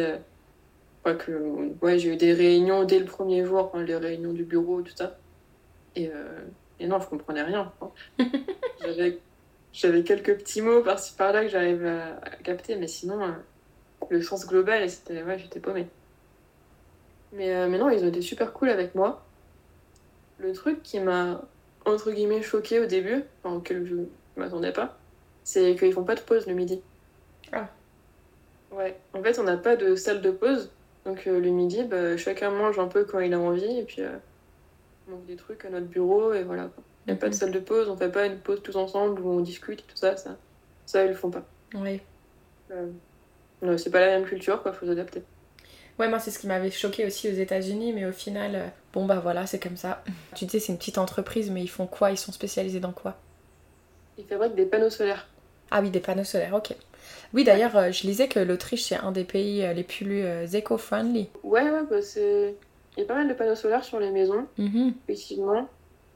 Speaker 3: j'ai eu des réunions dès le premier jour, les réunions du bureau, tout ça. Et non, je comprenais rien. J'avais quelques petits mots par-ci par-là que j'arrivais à capter, mais sinon, le sens global, j'étais paumée. Mais non, ils ont été super cool avec moi. Le truc qui m'a, entre guillemets, choquée au début, auquel je ne m'attendais pas, c'est qu'ils font pas de pause le midi.
Speaker 2: Ah.
Speaker 3: Ouais, en fait, on n'a pas de salle de pause. Donc le midi, chacun mange un peu quand il a envie, et puis on mange des trucs à notre bureau, et voilà. Il n'y a pas de salle de pause, on fait pas une pause tous ensemble où on discute et tout ça, ils le font pas.
Speaker 2: Oui.
Speaker 3: Non, c'est pas la même culture, quoi, faut s'adapter.
Speaker 2: Ouais, moi c'est ce qui m'avait choqué aussi aux États-Unis, mais au final, voilà, c'est comme ça. Tu disais c'est une petite entreprise, mais ils font quoi? Ils sont spécialisés dans quoi?
Speaker 3: Ils fabriquent des panneaux solaires.
Speaker 2: Ah oui, des panneaux solaires, ok. Oui, d'ailleurs, je lisais que l'Autriche c'est un des pays les plus éco-friendly.
Speaker 3: Ouais, il y a pas mal de panneaux solaires sur les maisons, effectivement.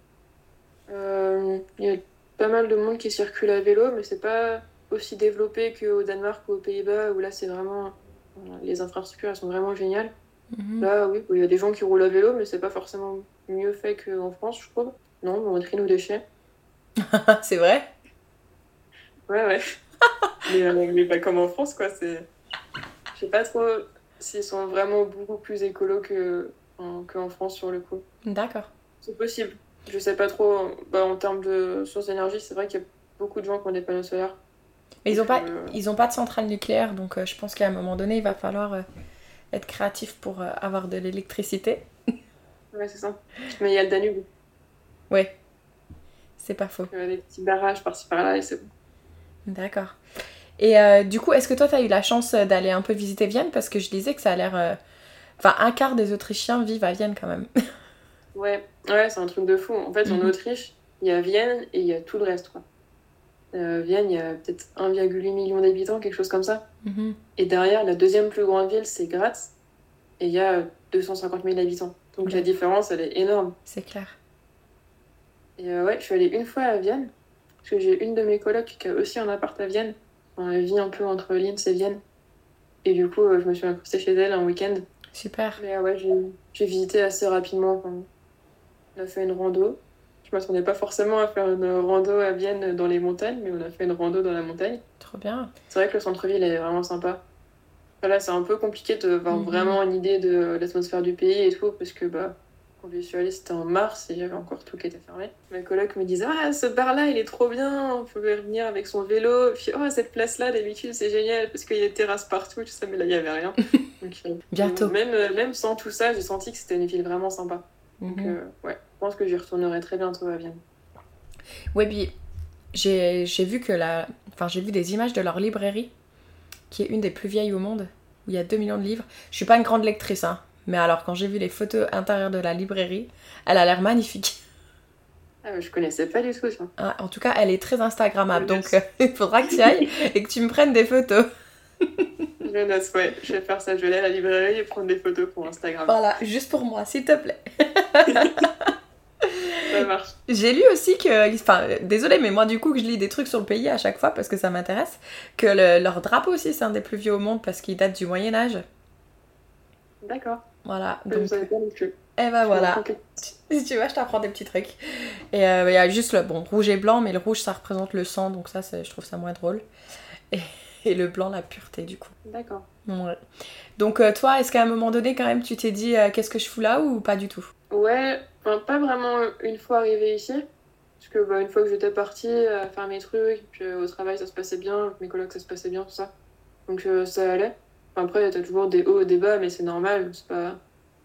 Speaker 3: Il y a pas mal de monde qui circule à vélo, mais c'est pas aussi développé qu'au Danemark ou aux Pays-Bas, où là c'est vraiment... Les infrastructures, elles sont vraiment géniales. Là, oui, il y a des gens qui roulent à vélo, mais c'est pas forcément mieux fait qu'en France, je trouve. Non, on trie nos déchets.
Speaker 2: C'est vrai?
Speaker 3: Ouais. mais pas comme en France, quoi. Je sais pas trop... s'ils sont vraiment beaucoup plus écolos qu'en France sur le coup.
Speaker 2: D'accord.
Speaker 3: C'est possible. Je sais pas trop. En termes de sources d'énergie, c'est vrai qu'il y a beaucoup de gens qui ont des panneaux solaires.
Speaker 2: Mais
Speaker 3: Donc,
Speaker 2: ils ont pas de centrale nucléaire, donc je pense qu'à un moment donné, il va falloir être créatif pour avoir de l'électricité.
Speaker 3: ouais, c'est ça. Mais il y a le Danube.
Speaker 2: Ouais, c'est pas faux.
Speaker 3: Des petits barrages par-ci par-là et c'est bon.
Speaker 2: D'accord. Et du coup, est-ce que toi, t'as eu la chance d'aller un peu visiter Vienne? Parce que je disais que ça a l'air... Enfin, un quart des Autrichiens vivent à Vienne quand même.
Speaker 3: Ouais, c'est un truc de fou. En fait, en Autriche, il y a Vienne et il y a tout le reste, quoi. Vienne, il y a peut-être 1,8 million d'habitants, quelque chose comme ça. Et derrière, la deuxième plus grande ville, c'est Graz. Et il y a 250 000 habitants. Donc la différence, elle est énorme.
Speaker 2: C'est clair.
Speaker 3: Et je suis allée une fois à Vienne. Parce que j'ai une de mes colocs qui a aussi un appart à Vienne. Elle vit un peu entre Linz et Vienne. Et du coup, je me suis incrustée chez elle un week-end.
Speaker 2: Super.
Speaker 3: Mais j'ai visité assez rapidement. On a fait une rando. Je m'attendais pas forcément à faire une rando à Vienne dans les montagnes, mais on a fait une rando dans la montagne.
Speaker 2: Trop bien.
Speaker 3: C'est vrai que le centre-ville est vraiment sympa. Là, c'est un peu compliqué d'avoir vraiment une idée de l'atmosphère du pays et tout, parce que quand je suis allée, c'était en mars et il y avait encore tout qui était fermé. Mes colocs me disaient « Ah, ce bar-là, il est trop bien, on pouvait venir avec son vélo. » Puis « Oh, cette place-là, d'habitude, c'est génial, parce qu'il y a des terrasses partout, tout ça, mais là, il n'y avait rien. » Donc,
Speaker 2: bientôt.
Speaker 3: Même sans tout ça, j'ai senti que c'était une ville vraiment sympa. Donc, je pense que j'y retournerai très bientôt à Vienne.
Speaker 2: Ouais, puis j'ai vu j'ai vu des images de leur librairie, qui est une des plus vieilles au monde, où il y a 2 millions de livres. Je suis pas une grande lectrice, hein, mais alors quand j'ai vu les photos intérieures de la librairie, elle a l'air magnifique.
Speaker 3: Ah, je connaissais pas du tout ça.
Speaker 2: Ah, en tout cas, elle est très instagrammable, donc il faudra que tu y ailles et que tu me prennes des photos.
Speaker 3: Je note, ouais, je vais faire ça, je vais aller à la librairie et prendre des photos pour Instagram.
Speaker 2: Voilà, juste pour moi, s'il te plaît.
Speaker 3: Ça marche.
Speaker 2: J'ai lu aussi que, enfin, désolée, mais moi du coup que je lis des trucs sur le pays à chaque fois parce que ça m'intéresse, que leur drapeau aussi c'est un des plus vieux au monde parce qu'il date du Moyen-Âge.
Speaker 3: D'accord.
Speaker 2: Voilà.
Speaker 3: Je savais pas non plus.
Speaker 2: Et ben voilà. Si tu veux, je t'apprends des petits trucs. Et il y a juste le rouge et blanc, mais le rouge ça représente le sang, donc ça je trouve ça moins drôle. Et le blanc, la pureté du coup.
Speaker 3: D'accord.
Speaker 2: Ouais. Donc toi, est-ce qu'à un moment donné quand même tu t'es dit qu'est-ce que je fous là ou pas du tout?
Speaker 3: Ouais, pas vraiment une fois arrivée ici. Parce que une fois que j'étais partie à faire mes trucs, puis au travail ça se passait bien, avec mes colocs ça se passait bien, tout ça. Donc ça allait. Après, t'as toujours des hauts et des bas, mais c'est normal, c'est pas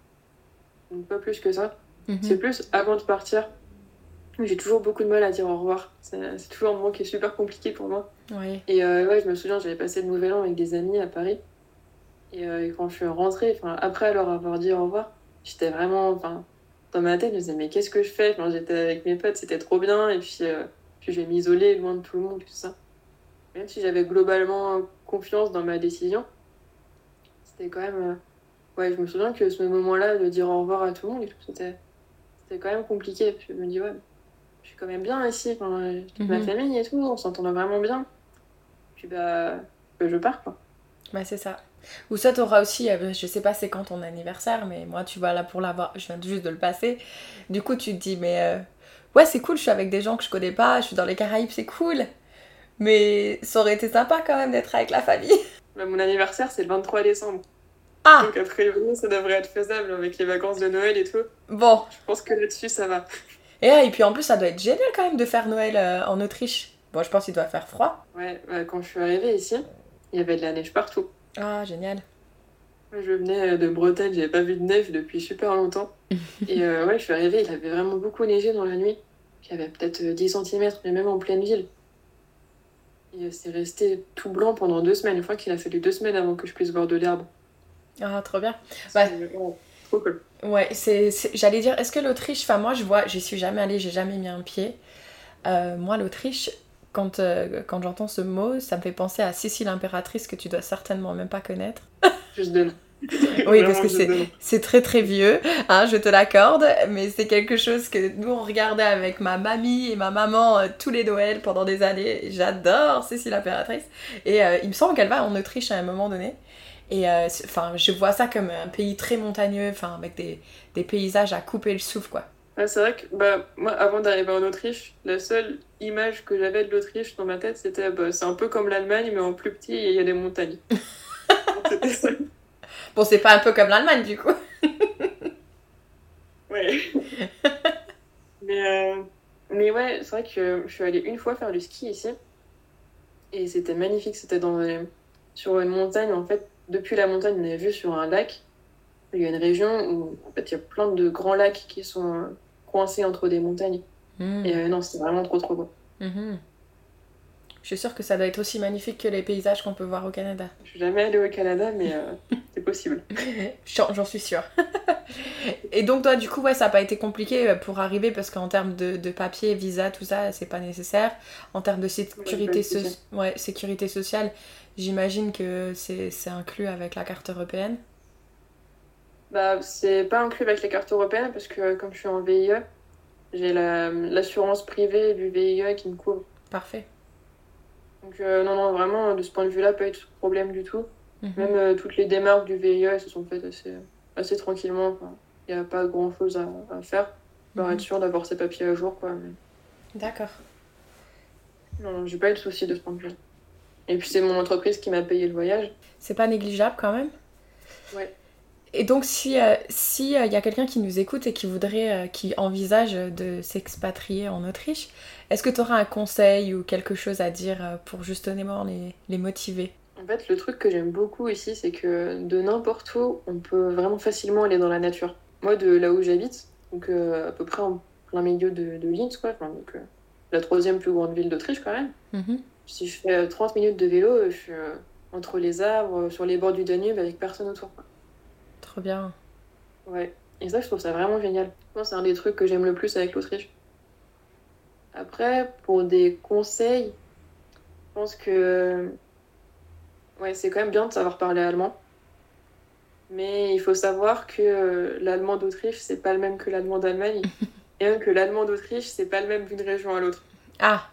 Speaker 3: plus que ça. C'est plus avant de partir. J'ai toujours beaucoup de mal à dire au revoir. C'est toujours un moment qui est super compliqué pour moi.
Speaker 2: Oui.
Speaker 3: Et je me souviens, j'avais passé le nouvel an avec des amis à Paris. Et quand je suis rentrée, après leur avoir dit au revoir, j'étais vraiment, dans ma tête, je me disais, mais qu'est-ce que je fais? J'étais avec mes potes, c'était trop bien, et puis je vais m'isoler loin de tout le monde, tout ça. Même si j'avais globalement confiance dans ma décision, c'était quand même... je me souviens que ce moment-là, de dire au revoir à tout le monde, et tout, c'était quand même compliqué. Puis je me dis, ouais, je suis quand même bien ici, j'ai ma famille et tout, on s'entend vraiment bien. Puis je pars, quoi.
Speaker 2: Bah c'est ça. Ou ça t'auras aussi, je sais pas c'est quand ton anniversaire, mais moi tu vois là pour l'avoir, je viens juste de le passer. Du coup tu te dis mais ouais c'est cool, je suis avec des gens que je connais pas, je suis dans les Caraïbes, c'est cool. Mais ça aurait été sympa quand même d'être avec la famille.
Speaker 3: Mon anniversaire c'est le 23 décembre.
Speaker 2: Ah.
Speaker 3: Donc après ça devrait être faisable avec les vacances de Noël et tout.
Speaker 2: Bon.
Speaker 3: Je pense que là-dessus ça va.
Speaker 2: Et puis en plus ça doit être génial quand même de faire Noël en Autriche. Bon je pense qu'il doit faire froid.
Speaker 3: Ouais, quand je suis arrivée ici, il y avait de la neige partout.
Speaker 2: Ah, génial.
Speaker 3: Je venais de Bretagne, j'avais pas vu de neige depuis super longtemps. Et je suis arrivée, il avait vraiment beaucoup neigé dans la nuit. Il y avait peut-être 10 cm, mais même en pleine ville. Et c'est resté tout blanc pendant 2 semaines. Une fois qu'il a fallu 2 semaines avant que je puisse voir de l'herbe.
Speaker 2: Ah, trop bien.
Speaker 3: Trop cool.
Speaker 2: Ouais, j'allais dire, est-ce que l'Autriche, moi j'y suis jamais allée, j'ai jamais mis un pied. Moi l'Autriche, quand j'entends ce mot, ça me fait penser à Sissi l'impératrice que tu dois certainement même pas connaître.
Speaker 3: Juste de nom.
Speaker 2: Oui, parce que c'est très très vieux, hein, je te l'accorde, mais c'est quelque chose que nous on regardait avec ma mamie et ma maman tous les Noëls pendant des années. J'adore Sissi l'impératrice. Et il me semble qu'elle va en Autriche à un moment donné. Et je vois ça comme un pays très montagneux, avec des paysages à couper le souffle, quoi.
Speaker 3: Ouais, c'est vrai que moi, avant d'arriver en Autriche, la seule image que j'avais de l'Autriche dans ma tête, c'était c'est un peu comme l'Allemagne, mais en plus petit et il y a des montagnes. C'était ça.
Speaker 2: Bon, c'est pas un peu comme l'Allemagne, du coup.
Speaker 3: Ouais. Mais ouais, c'est vrai que je suis allée une fois faire du ski ici. Et c'était magnifique. C'était sur une montagne. En fait, depuis la montagne, on est vu sur un lac. Il y a une région où en fait, il y a plein de grands lacs qui sont coincés entre des montagnes. Et non, c'était vraiment trop trop beau.
Speaker 2: Je suis sûre que ça doit être aussi magnifique que les paysages qu'on peut voir au Canada.
Speaker 3: Je suis jamais allée au Canada, mais c'est possible.
Speaker 2: J'en suis sûre. Et donc toi, du coup, ouais, ça n'a pas été compliqué pour arriver parce qu'en termes de papier, visa, tout ça, c'est pas nécessaire. En termes de sécurité sociale, j'imagine que c'est inclus avec la carte européenne.
Speaker 3: Bah, c'est pas inclus avec les cartes européennes parce que comme je suis en VIE, j'ai l'assurance privée du VIE qui me couvre.
Speaker 2: Parfait.
Speaker 3: Donc non, vraiment, de ce point de vue-là, pas eu de problème du tout. Même toutes les démarches du VIE se sont faites assez tranquillement. Enfin, il n'y a pas grand-chose à faire pour être sûr d'avoir ses papiers à jour, quoi. Mais...
Speaker 2: D'accord.
Speaker 3: Non, j'ai pas eu de soucis de ce point de vue. Et puis c'est mon entreprise qui m'a payé le voyage.
Speaker 2: C'est pas négligeable quand même.
Speaker 3: Ouais.
Speaker 2: Et donc si y a quelqu'un qui nous écoute et qui envisage de s'expatrier en Autriche, est-ce que tu auras un conseil ou quelque chose à dire pour justement les motiver?
Speaker 3: En fait, le truc que j'aime beaucoup ici, c'est que de n'importe où, on peut vraiment facilement aller dans la nature. Moi, de là où j'habite, donc à peu près en plein milieu de Linz, quoi, enfin, donc la 3e plus grande ville d'Autriche quand même. Si je fais 30 minutes de vélo, je suis entre les arbres, sur les bords du Danube, avec personne autour, quoi.
Speaker 2: Trop bien.
Speaker 3: Ouais, et ça, je trouve ça vraiment génial. Moi, c'est un des trucs que j'aime le plus avec l'Autriche. Après, pour des conseils, je pense que ouais, c'est quand même bien de savoir parler allemand. Mais il faut savoir que l'allemand d'Autriche, c'est pas le même que l'allemand d'Allemagne. Et même que l'allemand d'Autriche, c'est pas le même d'une région à l'autre.
Speaker 2: Ah.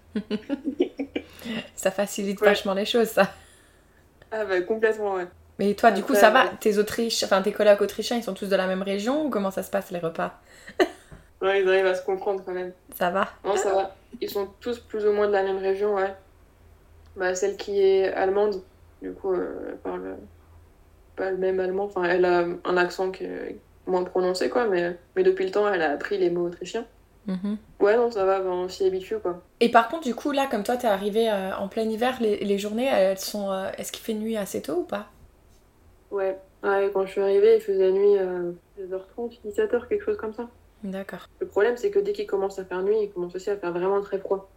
Speaker 2: Ça facilite vachement les choses, ça.
Speaker 3: Ah bah complètement, ouais.
Speaker 2: Mais toi, du coup, ça va? Tes collègues autrichiens, ils sont tous de la même région ou comment ça se passe, les repas?
Speaker 3: Ouais, ils arrivent à se comprendre quand même.
Speaker 2: Ça va?
Speaker 3: Non, ça va. Ils sont tous plus ou moins de la même région, ouais. Bah, celle qui est allemande, du coup, elle parle pas le même allemand. Enfin, elle a un accent qui est moins prononcé, quoi, mais depuis le temps, elle a appris les mots autrichiens. Ouais, non, ça va, on s'y habitue, quoi.
Speaker 2: Et par contre, du coup, là, comme toi, t'es arrivé en plein hiver, les journées, elles sont... est-ce qu'il fait nuit assez tôt ou pas?
Speaker 3: Ouais, quand je suis arrivée, il faisait nuit 16h30, 17h, quelque chose comme ça.
Speaker 2: D'accord.
Speaker 3: Le problème, c'est que dès qu'il commence à faire nuit, il commence aussi à faire vraiment très froid.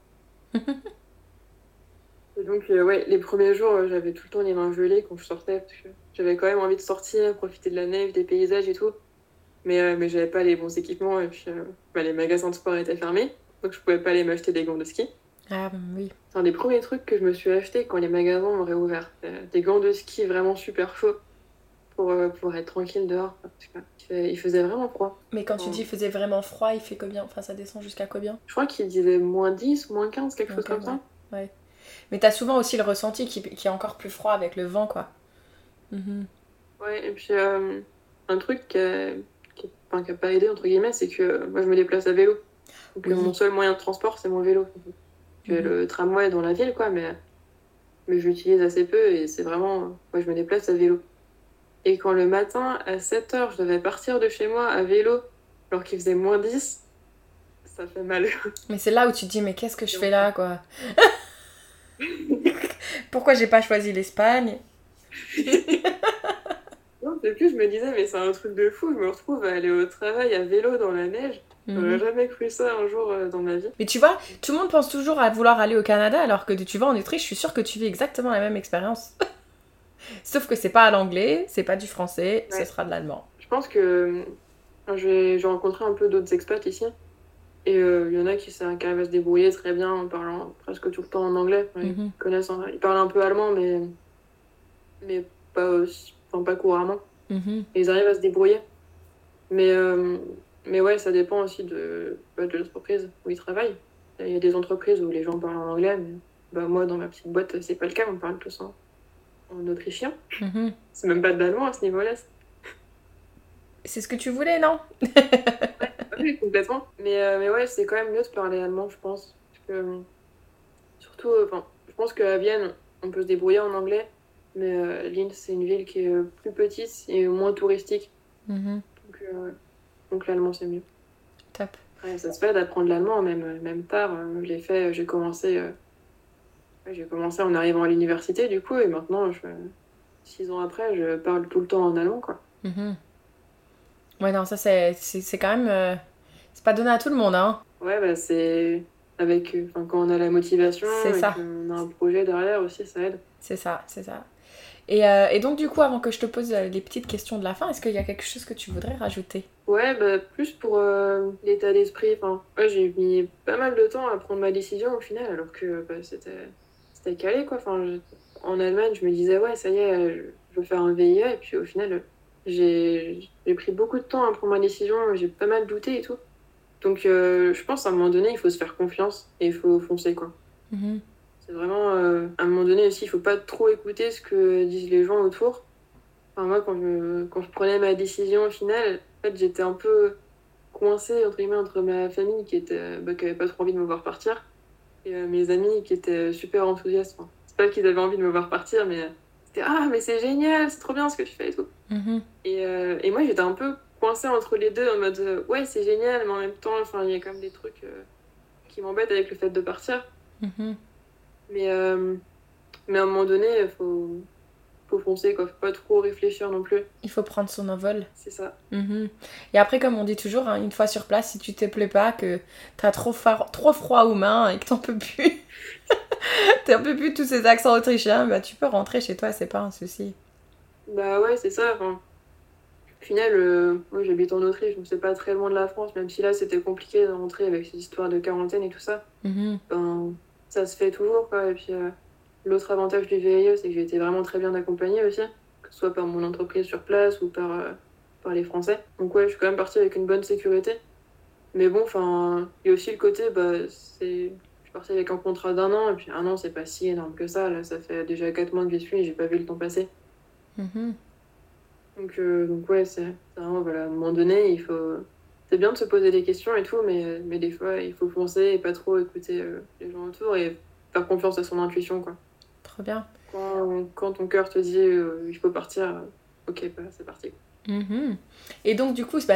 Speaker 3: Et donc, ouais, les premiers jours, j'avais tout le temps les mains gelées quand je sortais, parce que j'avais quand même envie de sortir, profiter de la neige, des paysages et tout. Mais j'avais pas les bons équipements, et puis les magasins de sport étaient fermés, donc je pouvais pas aller m'acheter des gants de ski.
Speaker 2: Ah oui.
Speaker 3: C'est un des premiers trucs que je me suis acheté quand les magasins ont réouvert. Des gants de ski vraiment super chauds pour être tranquille dehors. Parce il faisait vraiment froid.
Speaker 2: Mais quand tu dis il faisait vraiment froid, il fait combien? Enfin, ça descend jusqu'à combien?
Speaker 3: Je crois qu'il disait -10, -15, quelque chose comme ça.
Speaker 2: Ouais. Mais t'as souvent aussi le ressenti qui est encore plus froid avec le vent, quoi.
Speaker 3: Ouais, et puis un truc qui a pas aidé, entre guillemets, c'est que moi je me déplace à vélo. Donc mon seul moyen de transport, c'est mon vélo. J'ai le tramway dans la ville, quoi, mais je l'utilise assez peu et c'est vraiment... Moi je me déplace à vélo. Et quand le matin, à 7h, je devais partir de chez moi à vélo, alors qu'il faisait -10, ça fait mal.
Speaker 2: Mais c'est là où tu te dis, mais qu'est-ce que je fais là, quoi? Pourquoi j'ai pas choisi l'Espagne?
Speaker 3: Non, et puis je me disais, mais c'est un truc de fou, je me retrouve à aller au travail à vélo dans la neige. J'aurais jamais cru ça un jour dans ma vie.
Speaker 2: Mais tu vois, tout le monde pense toujours à vouloir aller au Canada, alors que tu vas en Autriche, je suis sûre que tu vis exactement la même expérience. Sauf que c'est pas à l'anglais, c'est pas du français, ce sera de l'allemand.
Speaker 3: Je pense que j'ai rencontré un peu d'autres expats ici. Et il y en a qui arrivent à se débrouiller très bien en parlant presque tout le temps en anglais. Ils connaissent, ils parlent un peu allemand, mais pas couramment. Et ils arrivent à se débrouiller. Mais ouais, ça dépend aussi de l'entreprise où ils travaillent. Il y a des entreprises où les gens parlent en anglais, mais moi, dans ma petite boîte, c'est pas le cas. On parle tous en autrichien. C'est même pas de l'allemand à ce niveau-là.
Speaker 2: C'est ce que tu voulais, non?
Speaker 3: Oui, complètement. Mais ouais, c'est quand même mieux de parler allemand, je pense. Parce que, surtout, je pense qu'à Vienne, on peut se débrouiller en anglais. Mais Lille, c'est une ville qui est plus petite et moins touristique.
Speaker 2: Mhm.
Speaker 3: Donc l'allemand, c'est mieux.
Speaker 2: Top.
Speaker 3: Ouais, ça se fait d'apprendre l'allemand, même tard. Je l'ai fait, j'ai commencé en arrivant à l'université, du coup, et maintenant, 6 ans après, je parle tout le temps en allemand, quoi.
Speaker 2: Mhm. Ouais, non, ça c'est quand même. C'est pas donné à tout le monde, hein.
Speaker 3: Ouais, bah c'est enfin, quand on a la motivation
Speaker 2: C'est
Speaker 3: et
Speaker 2: ça.
Speaker 3: qu'on a un projet derrière aussi, ça aide.
Speaker 2: C'est ça, c'est ça. Et donc, du coup, avant que je te pose les petites questions de la fin, est-ce qu'il y a quelque chose que tu voudrais rajouter?
Speaker 3: Ouais, bah plus pour l'état d'esprit. Enfin, ouais, j'ai mis pas mal de temps à prendre ma décision au final, alors que bah, c'était calé, quoi. Enfin, en Allemagne, je me disais, ouais, ça y est, je veux faire un VIE, et puis au final, j'ai pris beaucoup de temps à prendre ma décision, j'ai pas mal douté et tout. Donc, je pense à un moment donné, il faut se faire confiance et il faut foncer, quoi.
Speaker 2: Mhm.
Speaker 3: C'est vraiment, à un moment donné aussi, il faut pas trop écouter ce que disent les gens autour. Enfin, moi, quand je prenais ma décision au final, en fait, j'étais un peu coincée, entre guillemets, entre ma famille qui avait pas trop envie de me voir partir et mes amis qui étaient super enthousiastes. Enfin, c'est pas qu'ils avaient envie de me voir partir, mais c'était «Ah, mais c'est génial, c'est trop bien ce que tu fais et tout».
Speaker 2: Mhm.
Speaker 3: Et moi, j'étais un peu coincée entre les deux en mode ouais, c'est génial, mais en même temps, enfin, il y a quand même des trucs qui m'embêtent avec le fait de partir.
Speaker 2: Mhm.
Speaker 3: Mais, euh, mais à un moment donné, faut foncer, quoi. Faut pas trop réfléchir non plus.
Speaker 2: Il faut prendre son envol.
Speaker 3: C'est ça.
Speaker 2: Mhm. Et après, comme on dit toujours, hein, une fois sur place, si tu te plais pas, que t'as trop froid aux mains et que t'en peux plus, t'en peux plus de tous ces accents autrichiens, bah tu peux rentrer chez toi, c'est pas un souci.
Speaker 3: Bah ouais, c'est ça. Enfin, au final, moi j'habite en Autriche, donc c'est pas très loin de la France, même si là c'était compliqué de rentrer avec ces histoires de quarantaine et tout ça.
Speaker 2: Mhm.
Speaker 3: Ben, ça se fait toujours, quoi. Et puis l'autre avantage du VIE, c'est que j'ai été vraiment très bien accompagnée aussi, que ce soit par mon entreprise sur place ou par les Français. Donc ouais, je suis quand même partie avec une bonne sécurité. Mais bon, enfin, il y a aussi le côté, je suis partie avec un contrat d'1 an, et puis 1 an, c'est pas si énorme que ça. Là, ça fait déjà 4 mois que j'y suis et j'ai pas vu le temps passer.
Speaker 2: Mhm.
Speaker 3: Donc ouais, c'est vraiment, voilà, à un moment donné, c'est bien de se poser des questions et tout, mais des fois, il faut foncer et pas trop écouter les gens autour et faire confiance à son intuition, quoi.
Speaker 2: Trop bien.
Speaker 3: Quand ton cœur te dit il faut partir, ok, bah, c'est parti.
Speaker 2: Mhm. Et donc du coup, bah,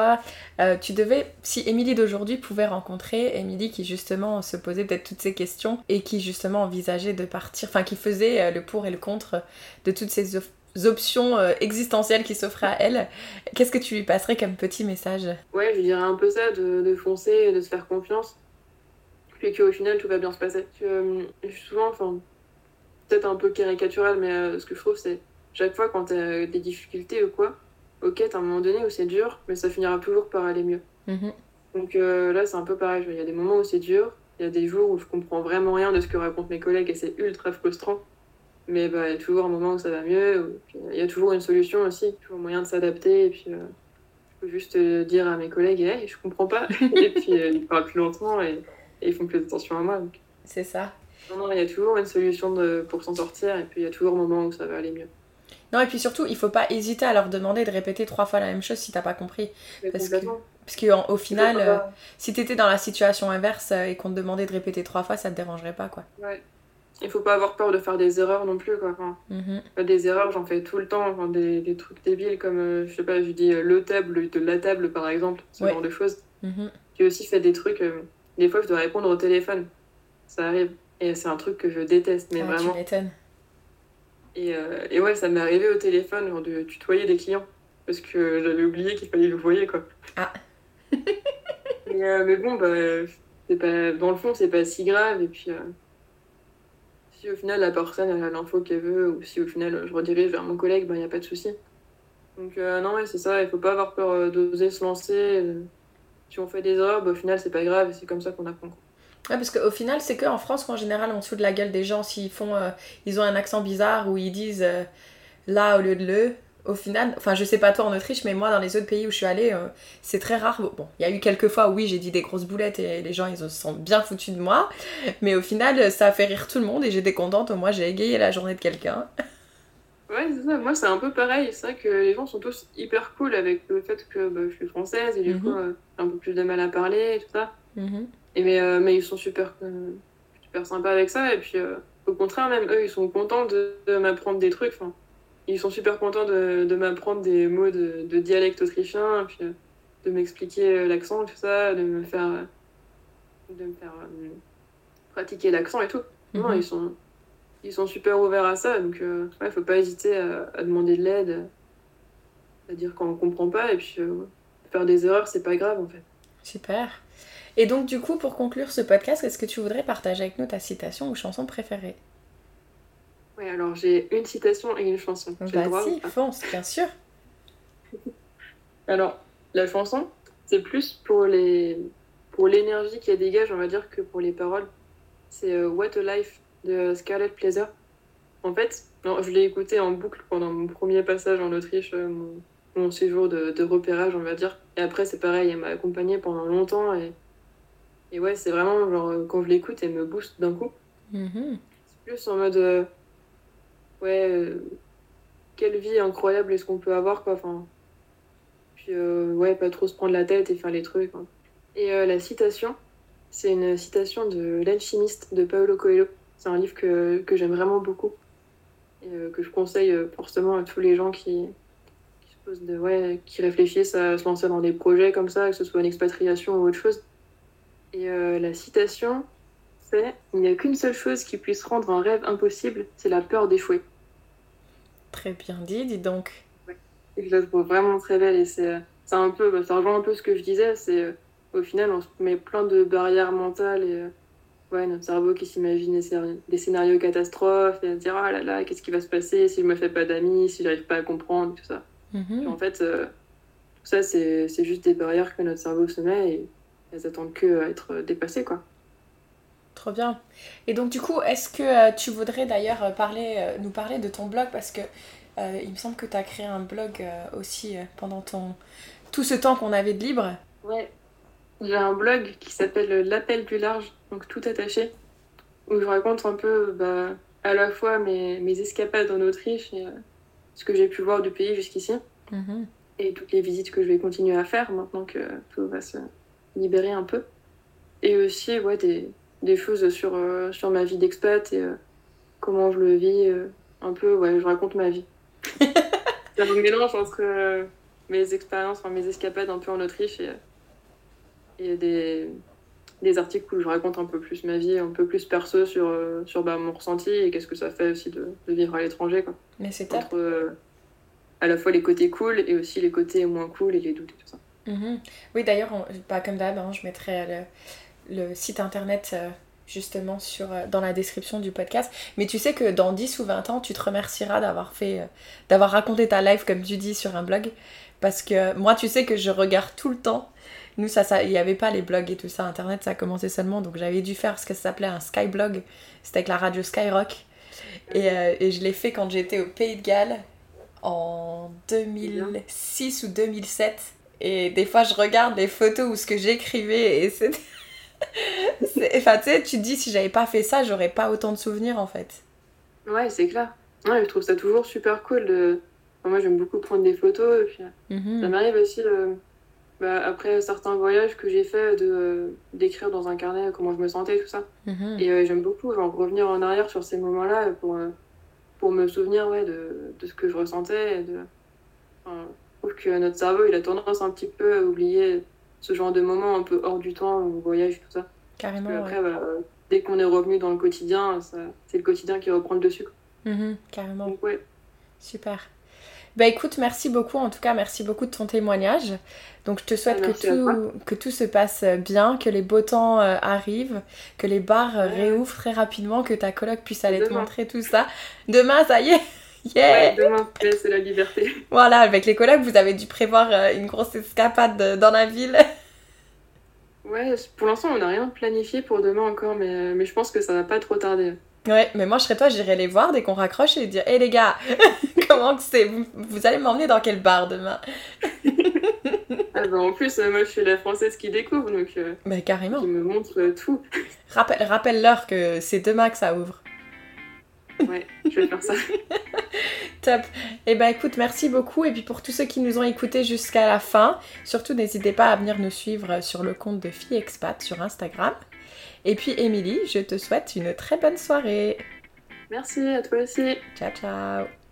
Speaker 2: si Émilie d'aujourd'hui pouvait rencontrer Émilie qui justement se posait peut-être toutes ces questions et qui justement envisageait de partir, enfin qui faisait le pour et le contre de toutes ces options existentielles qui s'offraient à elle, qu'est-ce que tu lui passerais comme petit message?
Speaker 3: Ouais, je dirais un peu ça, de foncer et de se faire confiance, puis qu'au final, tout va bien se passer. Je suis souvent, enfin, peut-être un peu caricatural, mais ce que je trouve, c'est chaque fois quand t'as des difficultés ou quoi, ok, t'as un moment donné où c'est dur, mais ça finira toujours par aller mieux.
Speaker 2: Mhm.
Speaker 3: Donc là, c'est un peu pareil. Il y a des moments où c'est dur, il y a des jours où je comprends vraiment rien de ce que racontent mes collègues et c'est ultra frustrant. Mais bah, il y a toujours un moment où ça va mieux. Puis, il y a toujours une solution aussi, toujours moyen de s'adapter. Et puis, je peux juste dire à mes collègues, hey, je comprends pas. Et puis, ils parlent plus lentement et ils font plus attention à moi. Donc,
Speaker 2: C'est ça.
Speaker 3: non, non, il y a toujours une solution pour s'en sortir. Et puis, il y a toujours un moment où ça va aller mieux.
Speaker 2: Non, et puis surtout, il faut pas hésiter à leur demander de répéter 3 fois la même chose si t'as pas compris.
Speaker 3: Mais
Speaker 2: Parce que,
Speaker 3: complètement.
Speaker 2: parce qu'au
Speaker 3: Il faut
Speaker 2: final,
Speaker 3: pas...
Speaker 2: si t'étais dans la situation inverse et qu'on te demandait de répéter 3 fois, ça te dérangerait pas, quoi.
Speaker 3: Ouais. Il faut pas avoir peur de faire des erreurs non plus, quoi. Enfin,
Speaker 2: Mhm.
Speaker 3: des erreurs, j'en fais tout le temps. Enfin, des trucs débiles comme, je sais pas, je dis le table de la table, par exemple. Ce
Speaker 2: Ouais.
Speaker 3: genre de choses.
Speaker 2: Mhm.
Speaker 3: J'ai aussi fait des trucs. Des fois, je dois répondre au téléphone. Ça arrive. Et c'est un truc que je déteste, mais
Speaker 2: Ah, tu
Speaker 3: vraiment.
Speaker 2: m'étonnes.
Speaker 3: Et ouais, ça m'est arrivé au téléphone, genre de tutoyer des clients. Parce que j'avais oublié qu'il fallait le voyer, quoi.
Speaker 2: Ah.
Speaker 3: Mais bon, bah, dans le fond, c'est pas si grave. Et puis, si au final, la personne elle a l'info qu'elle veut, ou si au final, je redirige vers mon collègue, bah, y a pas de souci. Donc, non, ouais, c'est ça. Il faut pas avoir peur d'oser se lancer. Si on fait des erreurs, bah, au final, c'est pas grave. Et c'est comme ça qu'on apprend, quoi.
Speaker 2: Ouais, parce qu'au final, c'est qu'en France qu'en général, on se fout de la gueule des gens s'ils ils ont un accent bizarre ou ils disent là au lieu de le. Au final, enfin, je sais pas toi en Autriche, mais moi, dans les autres pays où je suis allée, c'est très rare. Bon, il y a eu quelques fois où oui, j'ai dit des grosses boulettes et les gens, ils se sont bien foutus de moi. Mais au final, ça a fait rire tout le monde et j'étais contente. Au moins, j'ai égayé la journée de quelqu'un.
Speaker 3: Ouais, c'est ça. Moi, c'est un peu pareil. C'est vrai que les gens sont tous hyper cool avec le fait que bah, je suis française et du coup,
Speaker 2: Mhm.
Speaker 3: j'ai un peu plus de mal à parler et tout ça.
Speaker 2: Mhm.
Speaker 3: Mais ils sont super sympas avec ça. Et puis, faut Au contraire, même eux, ils sont contents de m'apprendre des trucs. Enfin, ils sont super contents de m'apprendre des mots de dialecte autrichien, puis de m'expliquer l'accent, tout ça, de me faire pratiquer l'accent et tout. Non, ils sont super ouverts à ça, donc ouais, faut pas hésiter à demander de l'aide, à dire quand on comprend pas, et puis faire des erreurs, c'est pas grave en fait.
Speaker 2: Super. Et donc du coup, pour conclure ce podcast, est-ce que tu voudrais partager avec nous ta citation ou chanson préférée ?
Speaker 3: Ouais, alors j'ai une citation et une chanson. J'ai le droit ou
Speaker 2: Vas-y,
Speaker 3: pas ?
Speaker 2: fonce, bien sûr.
Speaker 3: Alors, la chanson, c'est plus pour l'énergie qu'elle dégage, on va dire, que pour les paroles. C'est What a Life de Scarlett Pleasure. En fait, non, je l'ai écouté en boucle pendant mon premier passage en Autriche, mon séjour de repérage, on va dire. Et après, c'est pareil, elle m'a accompagnée pendant longtemps. Et ouais, c'est vraiment, genre, quand je l'écoute, elle me booste d'un coup.
Speaker 2: Mhm.
Speaker 3: C'est plus en mode, ouais, quelle vie incroyable est-ce qu'on peut avoir, quoi. Enfin, puis, ouais, pas trop se prendre la tête et faire les trucs, hein. Et la citation, c'est une citation de L'Alchimiste de Paulo Coelho. C'est un livre que j'aime vraiment beaucoup et que je conseille forcément à tous les gens qui se posent qui réfléchissent à se lancer dans des projets comme ça, que ce soit une expatriation ou autre chose. Et la citation, c'est « Il n'y a qu'une seule chose qui puisse rendre un rêve impossible, c'est la peur d'échouer. »
Speaker 2: Très bien dit, dis donc.
Speaker 3: Et je la trouve vraiment très belle et c'est un peu, ça rejoint un peu ce que je disais, c'est au final on se met plein de barrières mentales et ouais, notre cerveau qui s'imagine des scénarios catastrophes et à se dire ah là là, qu'est-ce qui va se passer si je me fais pas d'amis, si j'arrive pas à comprendre, tout ça. Puis en fait, tout ça c'est juste des barrières que notre cerveau se met et elles attendent que à être dépassées, quoi.
Speaker 2: Trop bien. Et donc du coup, est-ce que tu voudrais d'ailleurs nous parler de ton blog parce que il me semble que tu as créé un blog aussi pendant tout ce temps qu'on avait de libre.
Speaker 3: Ouais, j'ai un blog qui s'appelle L'Appel du Large, donc tout attaché, où je raconte un peu à la fois mes escapades en Autriche et ce que j'ai pu voir du pays jusqu'ici, et toutes les visites que je vais continuer à faire maintenant que tout va se libérer un peu. Et aussi ouais, des choses sur ma vie d'expat et comment je le vis, un peu, ouais, je raconte ma vie. C'est un mélange entre mes expériences, enfin, mes escapades un peu en Autriche et des articles où je raconte un peu plus ma vie, un peu plus perso sur mon ressenti et qu'est-ce que ça fait aussi de vivre à l'étranger, quoi.
Speaker 2: Mais c'est top.
Speaker 3: Entre à la fois les côtés cool et aussi les côtés moins cool et les doutes et tout ça.
Speaker 2: Oui, d'ailleurs, comme d'hab, hein, je mettrai le site internet justement dans la description du podcast. Mais tu sais que dans 10 ou 20 ans, tu te remercieras d'avoir raconté ta life, comme tu dis, sur un blog. Parce que moi, tu sais que je regarde tout le temps. Nous, il n'y avait pas les blogs et tout ça. Internet, ça a commencé seulement. Donc, j'avais dû faire ce que ça s'appelait un skyblog. C'était avec la radio Skyrock. Et je l'ai fait quand j'étais au Pays de Galles en 2006 ou 2007. Et des fois, je regarde les photos ou ce que j'écrivais et c'était... Enfin, tu sais, tu te dis, si j'avais pas fait ça, j'aurais pas autant de souvenirs, en fait.
Speaker 3: Ouais, c'est clair. Ouais, je trouve ça toujours super cool de... Enfin, moi, j'aime beaucoup prendre des photos. Et puis, ça m'arrive aussi, après certains voyages que j'ai fait, d'écrire dans un carnet comment je me sentais, tout ça. Et j'aime beaucoup genre, revenir en arrière sur ces moments-là pour me souvenir de ce que je ressentais. Enfin, je trouve que notre cerveau, il a tendance un petit peu à oublier ce genre de moments un peu hors du temps, au voyage, tout ça.
Speaker 2: Carrément,
Speaker 3: parce que après, dès qu'on est revenu dans le quotidien, c'est le quotidien qui reprend le dessus.
Speaker 2: Carrément.
Speaker 3: Donc, ouais.
Speaker 2: Super. Bah écoute, merci beaucoup, en tout cas, merci beaucoup de ton témoignage. Donc je te souhaite que tout se passe bien, que les beaux temps arrivent, que les bars réouvrent très rapidement, que ta coloc puisse aller te montrer tout ça. Demain, ça y est. Yeah.
Speaker 3: Ouais, demain, c'est la liberté.
Speaker 2: Voilà, avec les colocs, vous avez dû prévoir une grosse escapade dans la ville.
Speaker 3: Ouais, pour l'instant, on n'a rien planifié pour demain encore, mais je pense que ça va pas trop tarder.
Speaker 2: Ouais, mais moi, je serais toi, j'irais les voir dès qu'on raccroche et dire « Hé les gars, comment que c'est vous allez m'emmener dans quel bar demain ?»
Speaker 3: En plus, moi, je suis la Française qui découvre, donc
Speaker 2: carrément.
Speaker 3: Qui me montre tout.
Speaker 2: Rappelle-leur que c'est demain que ça ouvre.
Speaker 3: Ouais, je vais faire ça.
Speaker 2: Top. Et écoute, merci beaucoup. Et puis pour tous ceux qui nous ont écoutés jusqu'à la fin, surtout n'hésitez pas à venir nous suivre sur le compte de FiExpat sur Instagram. Et puis Émilie, je te souhaite une très bonne soirée.
Speaker 3: Merci à toi aussi.
Speaker 2: Ciao, ciao.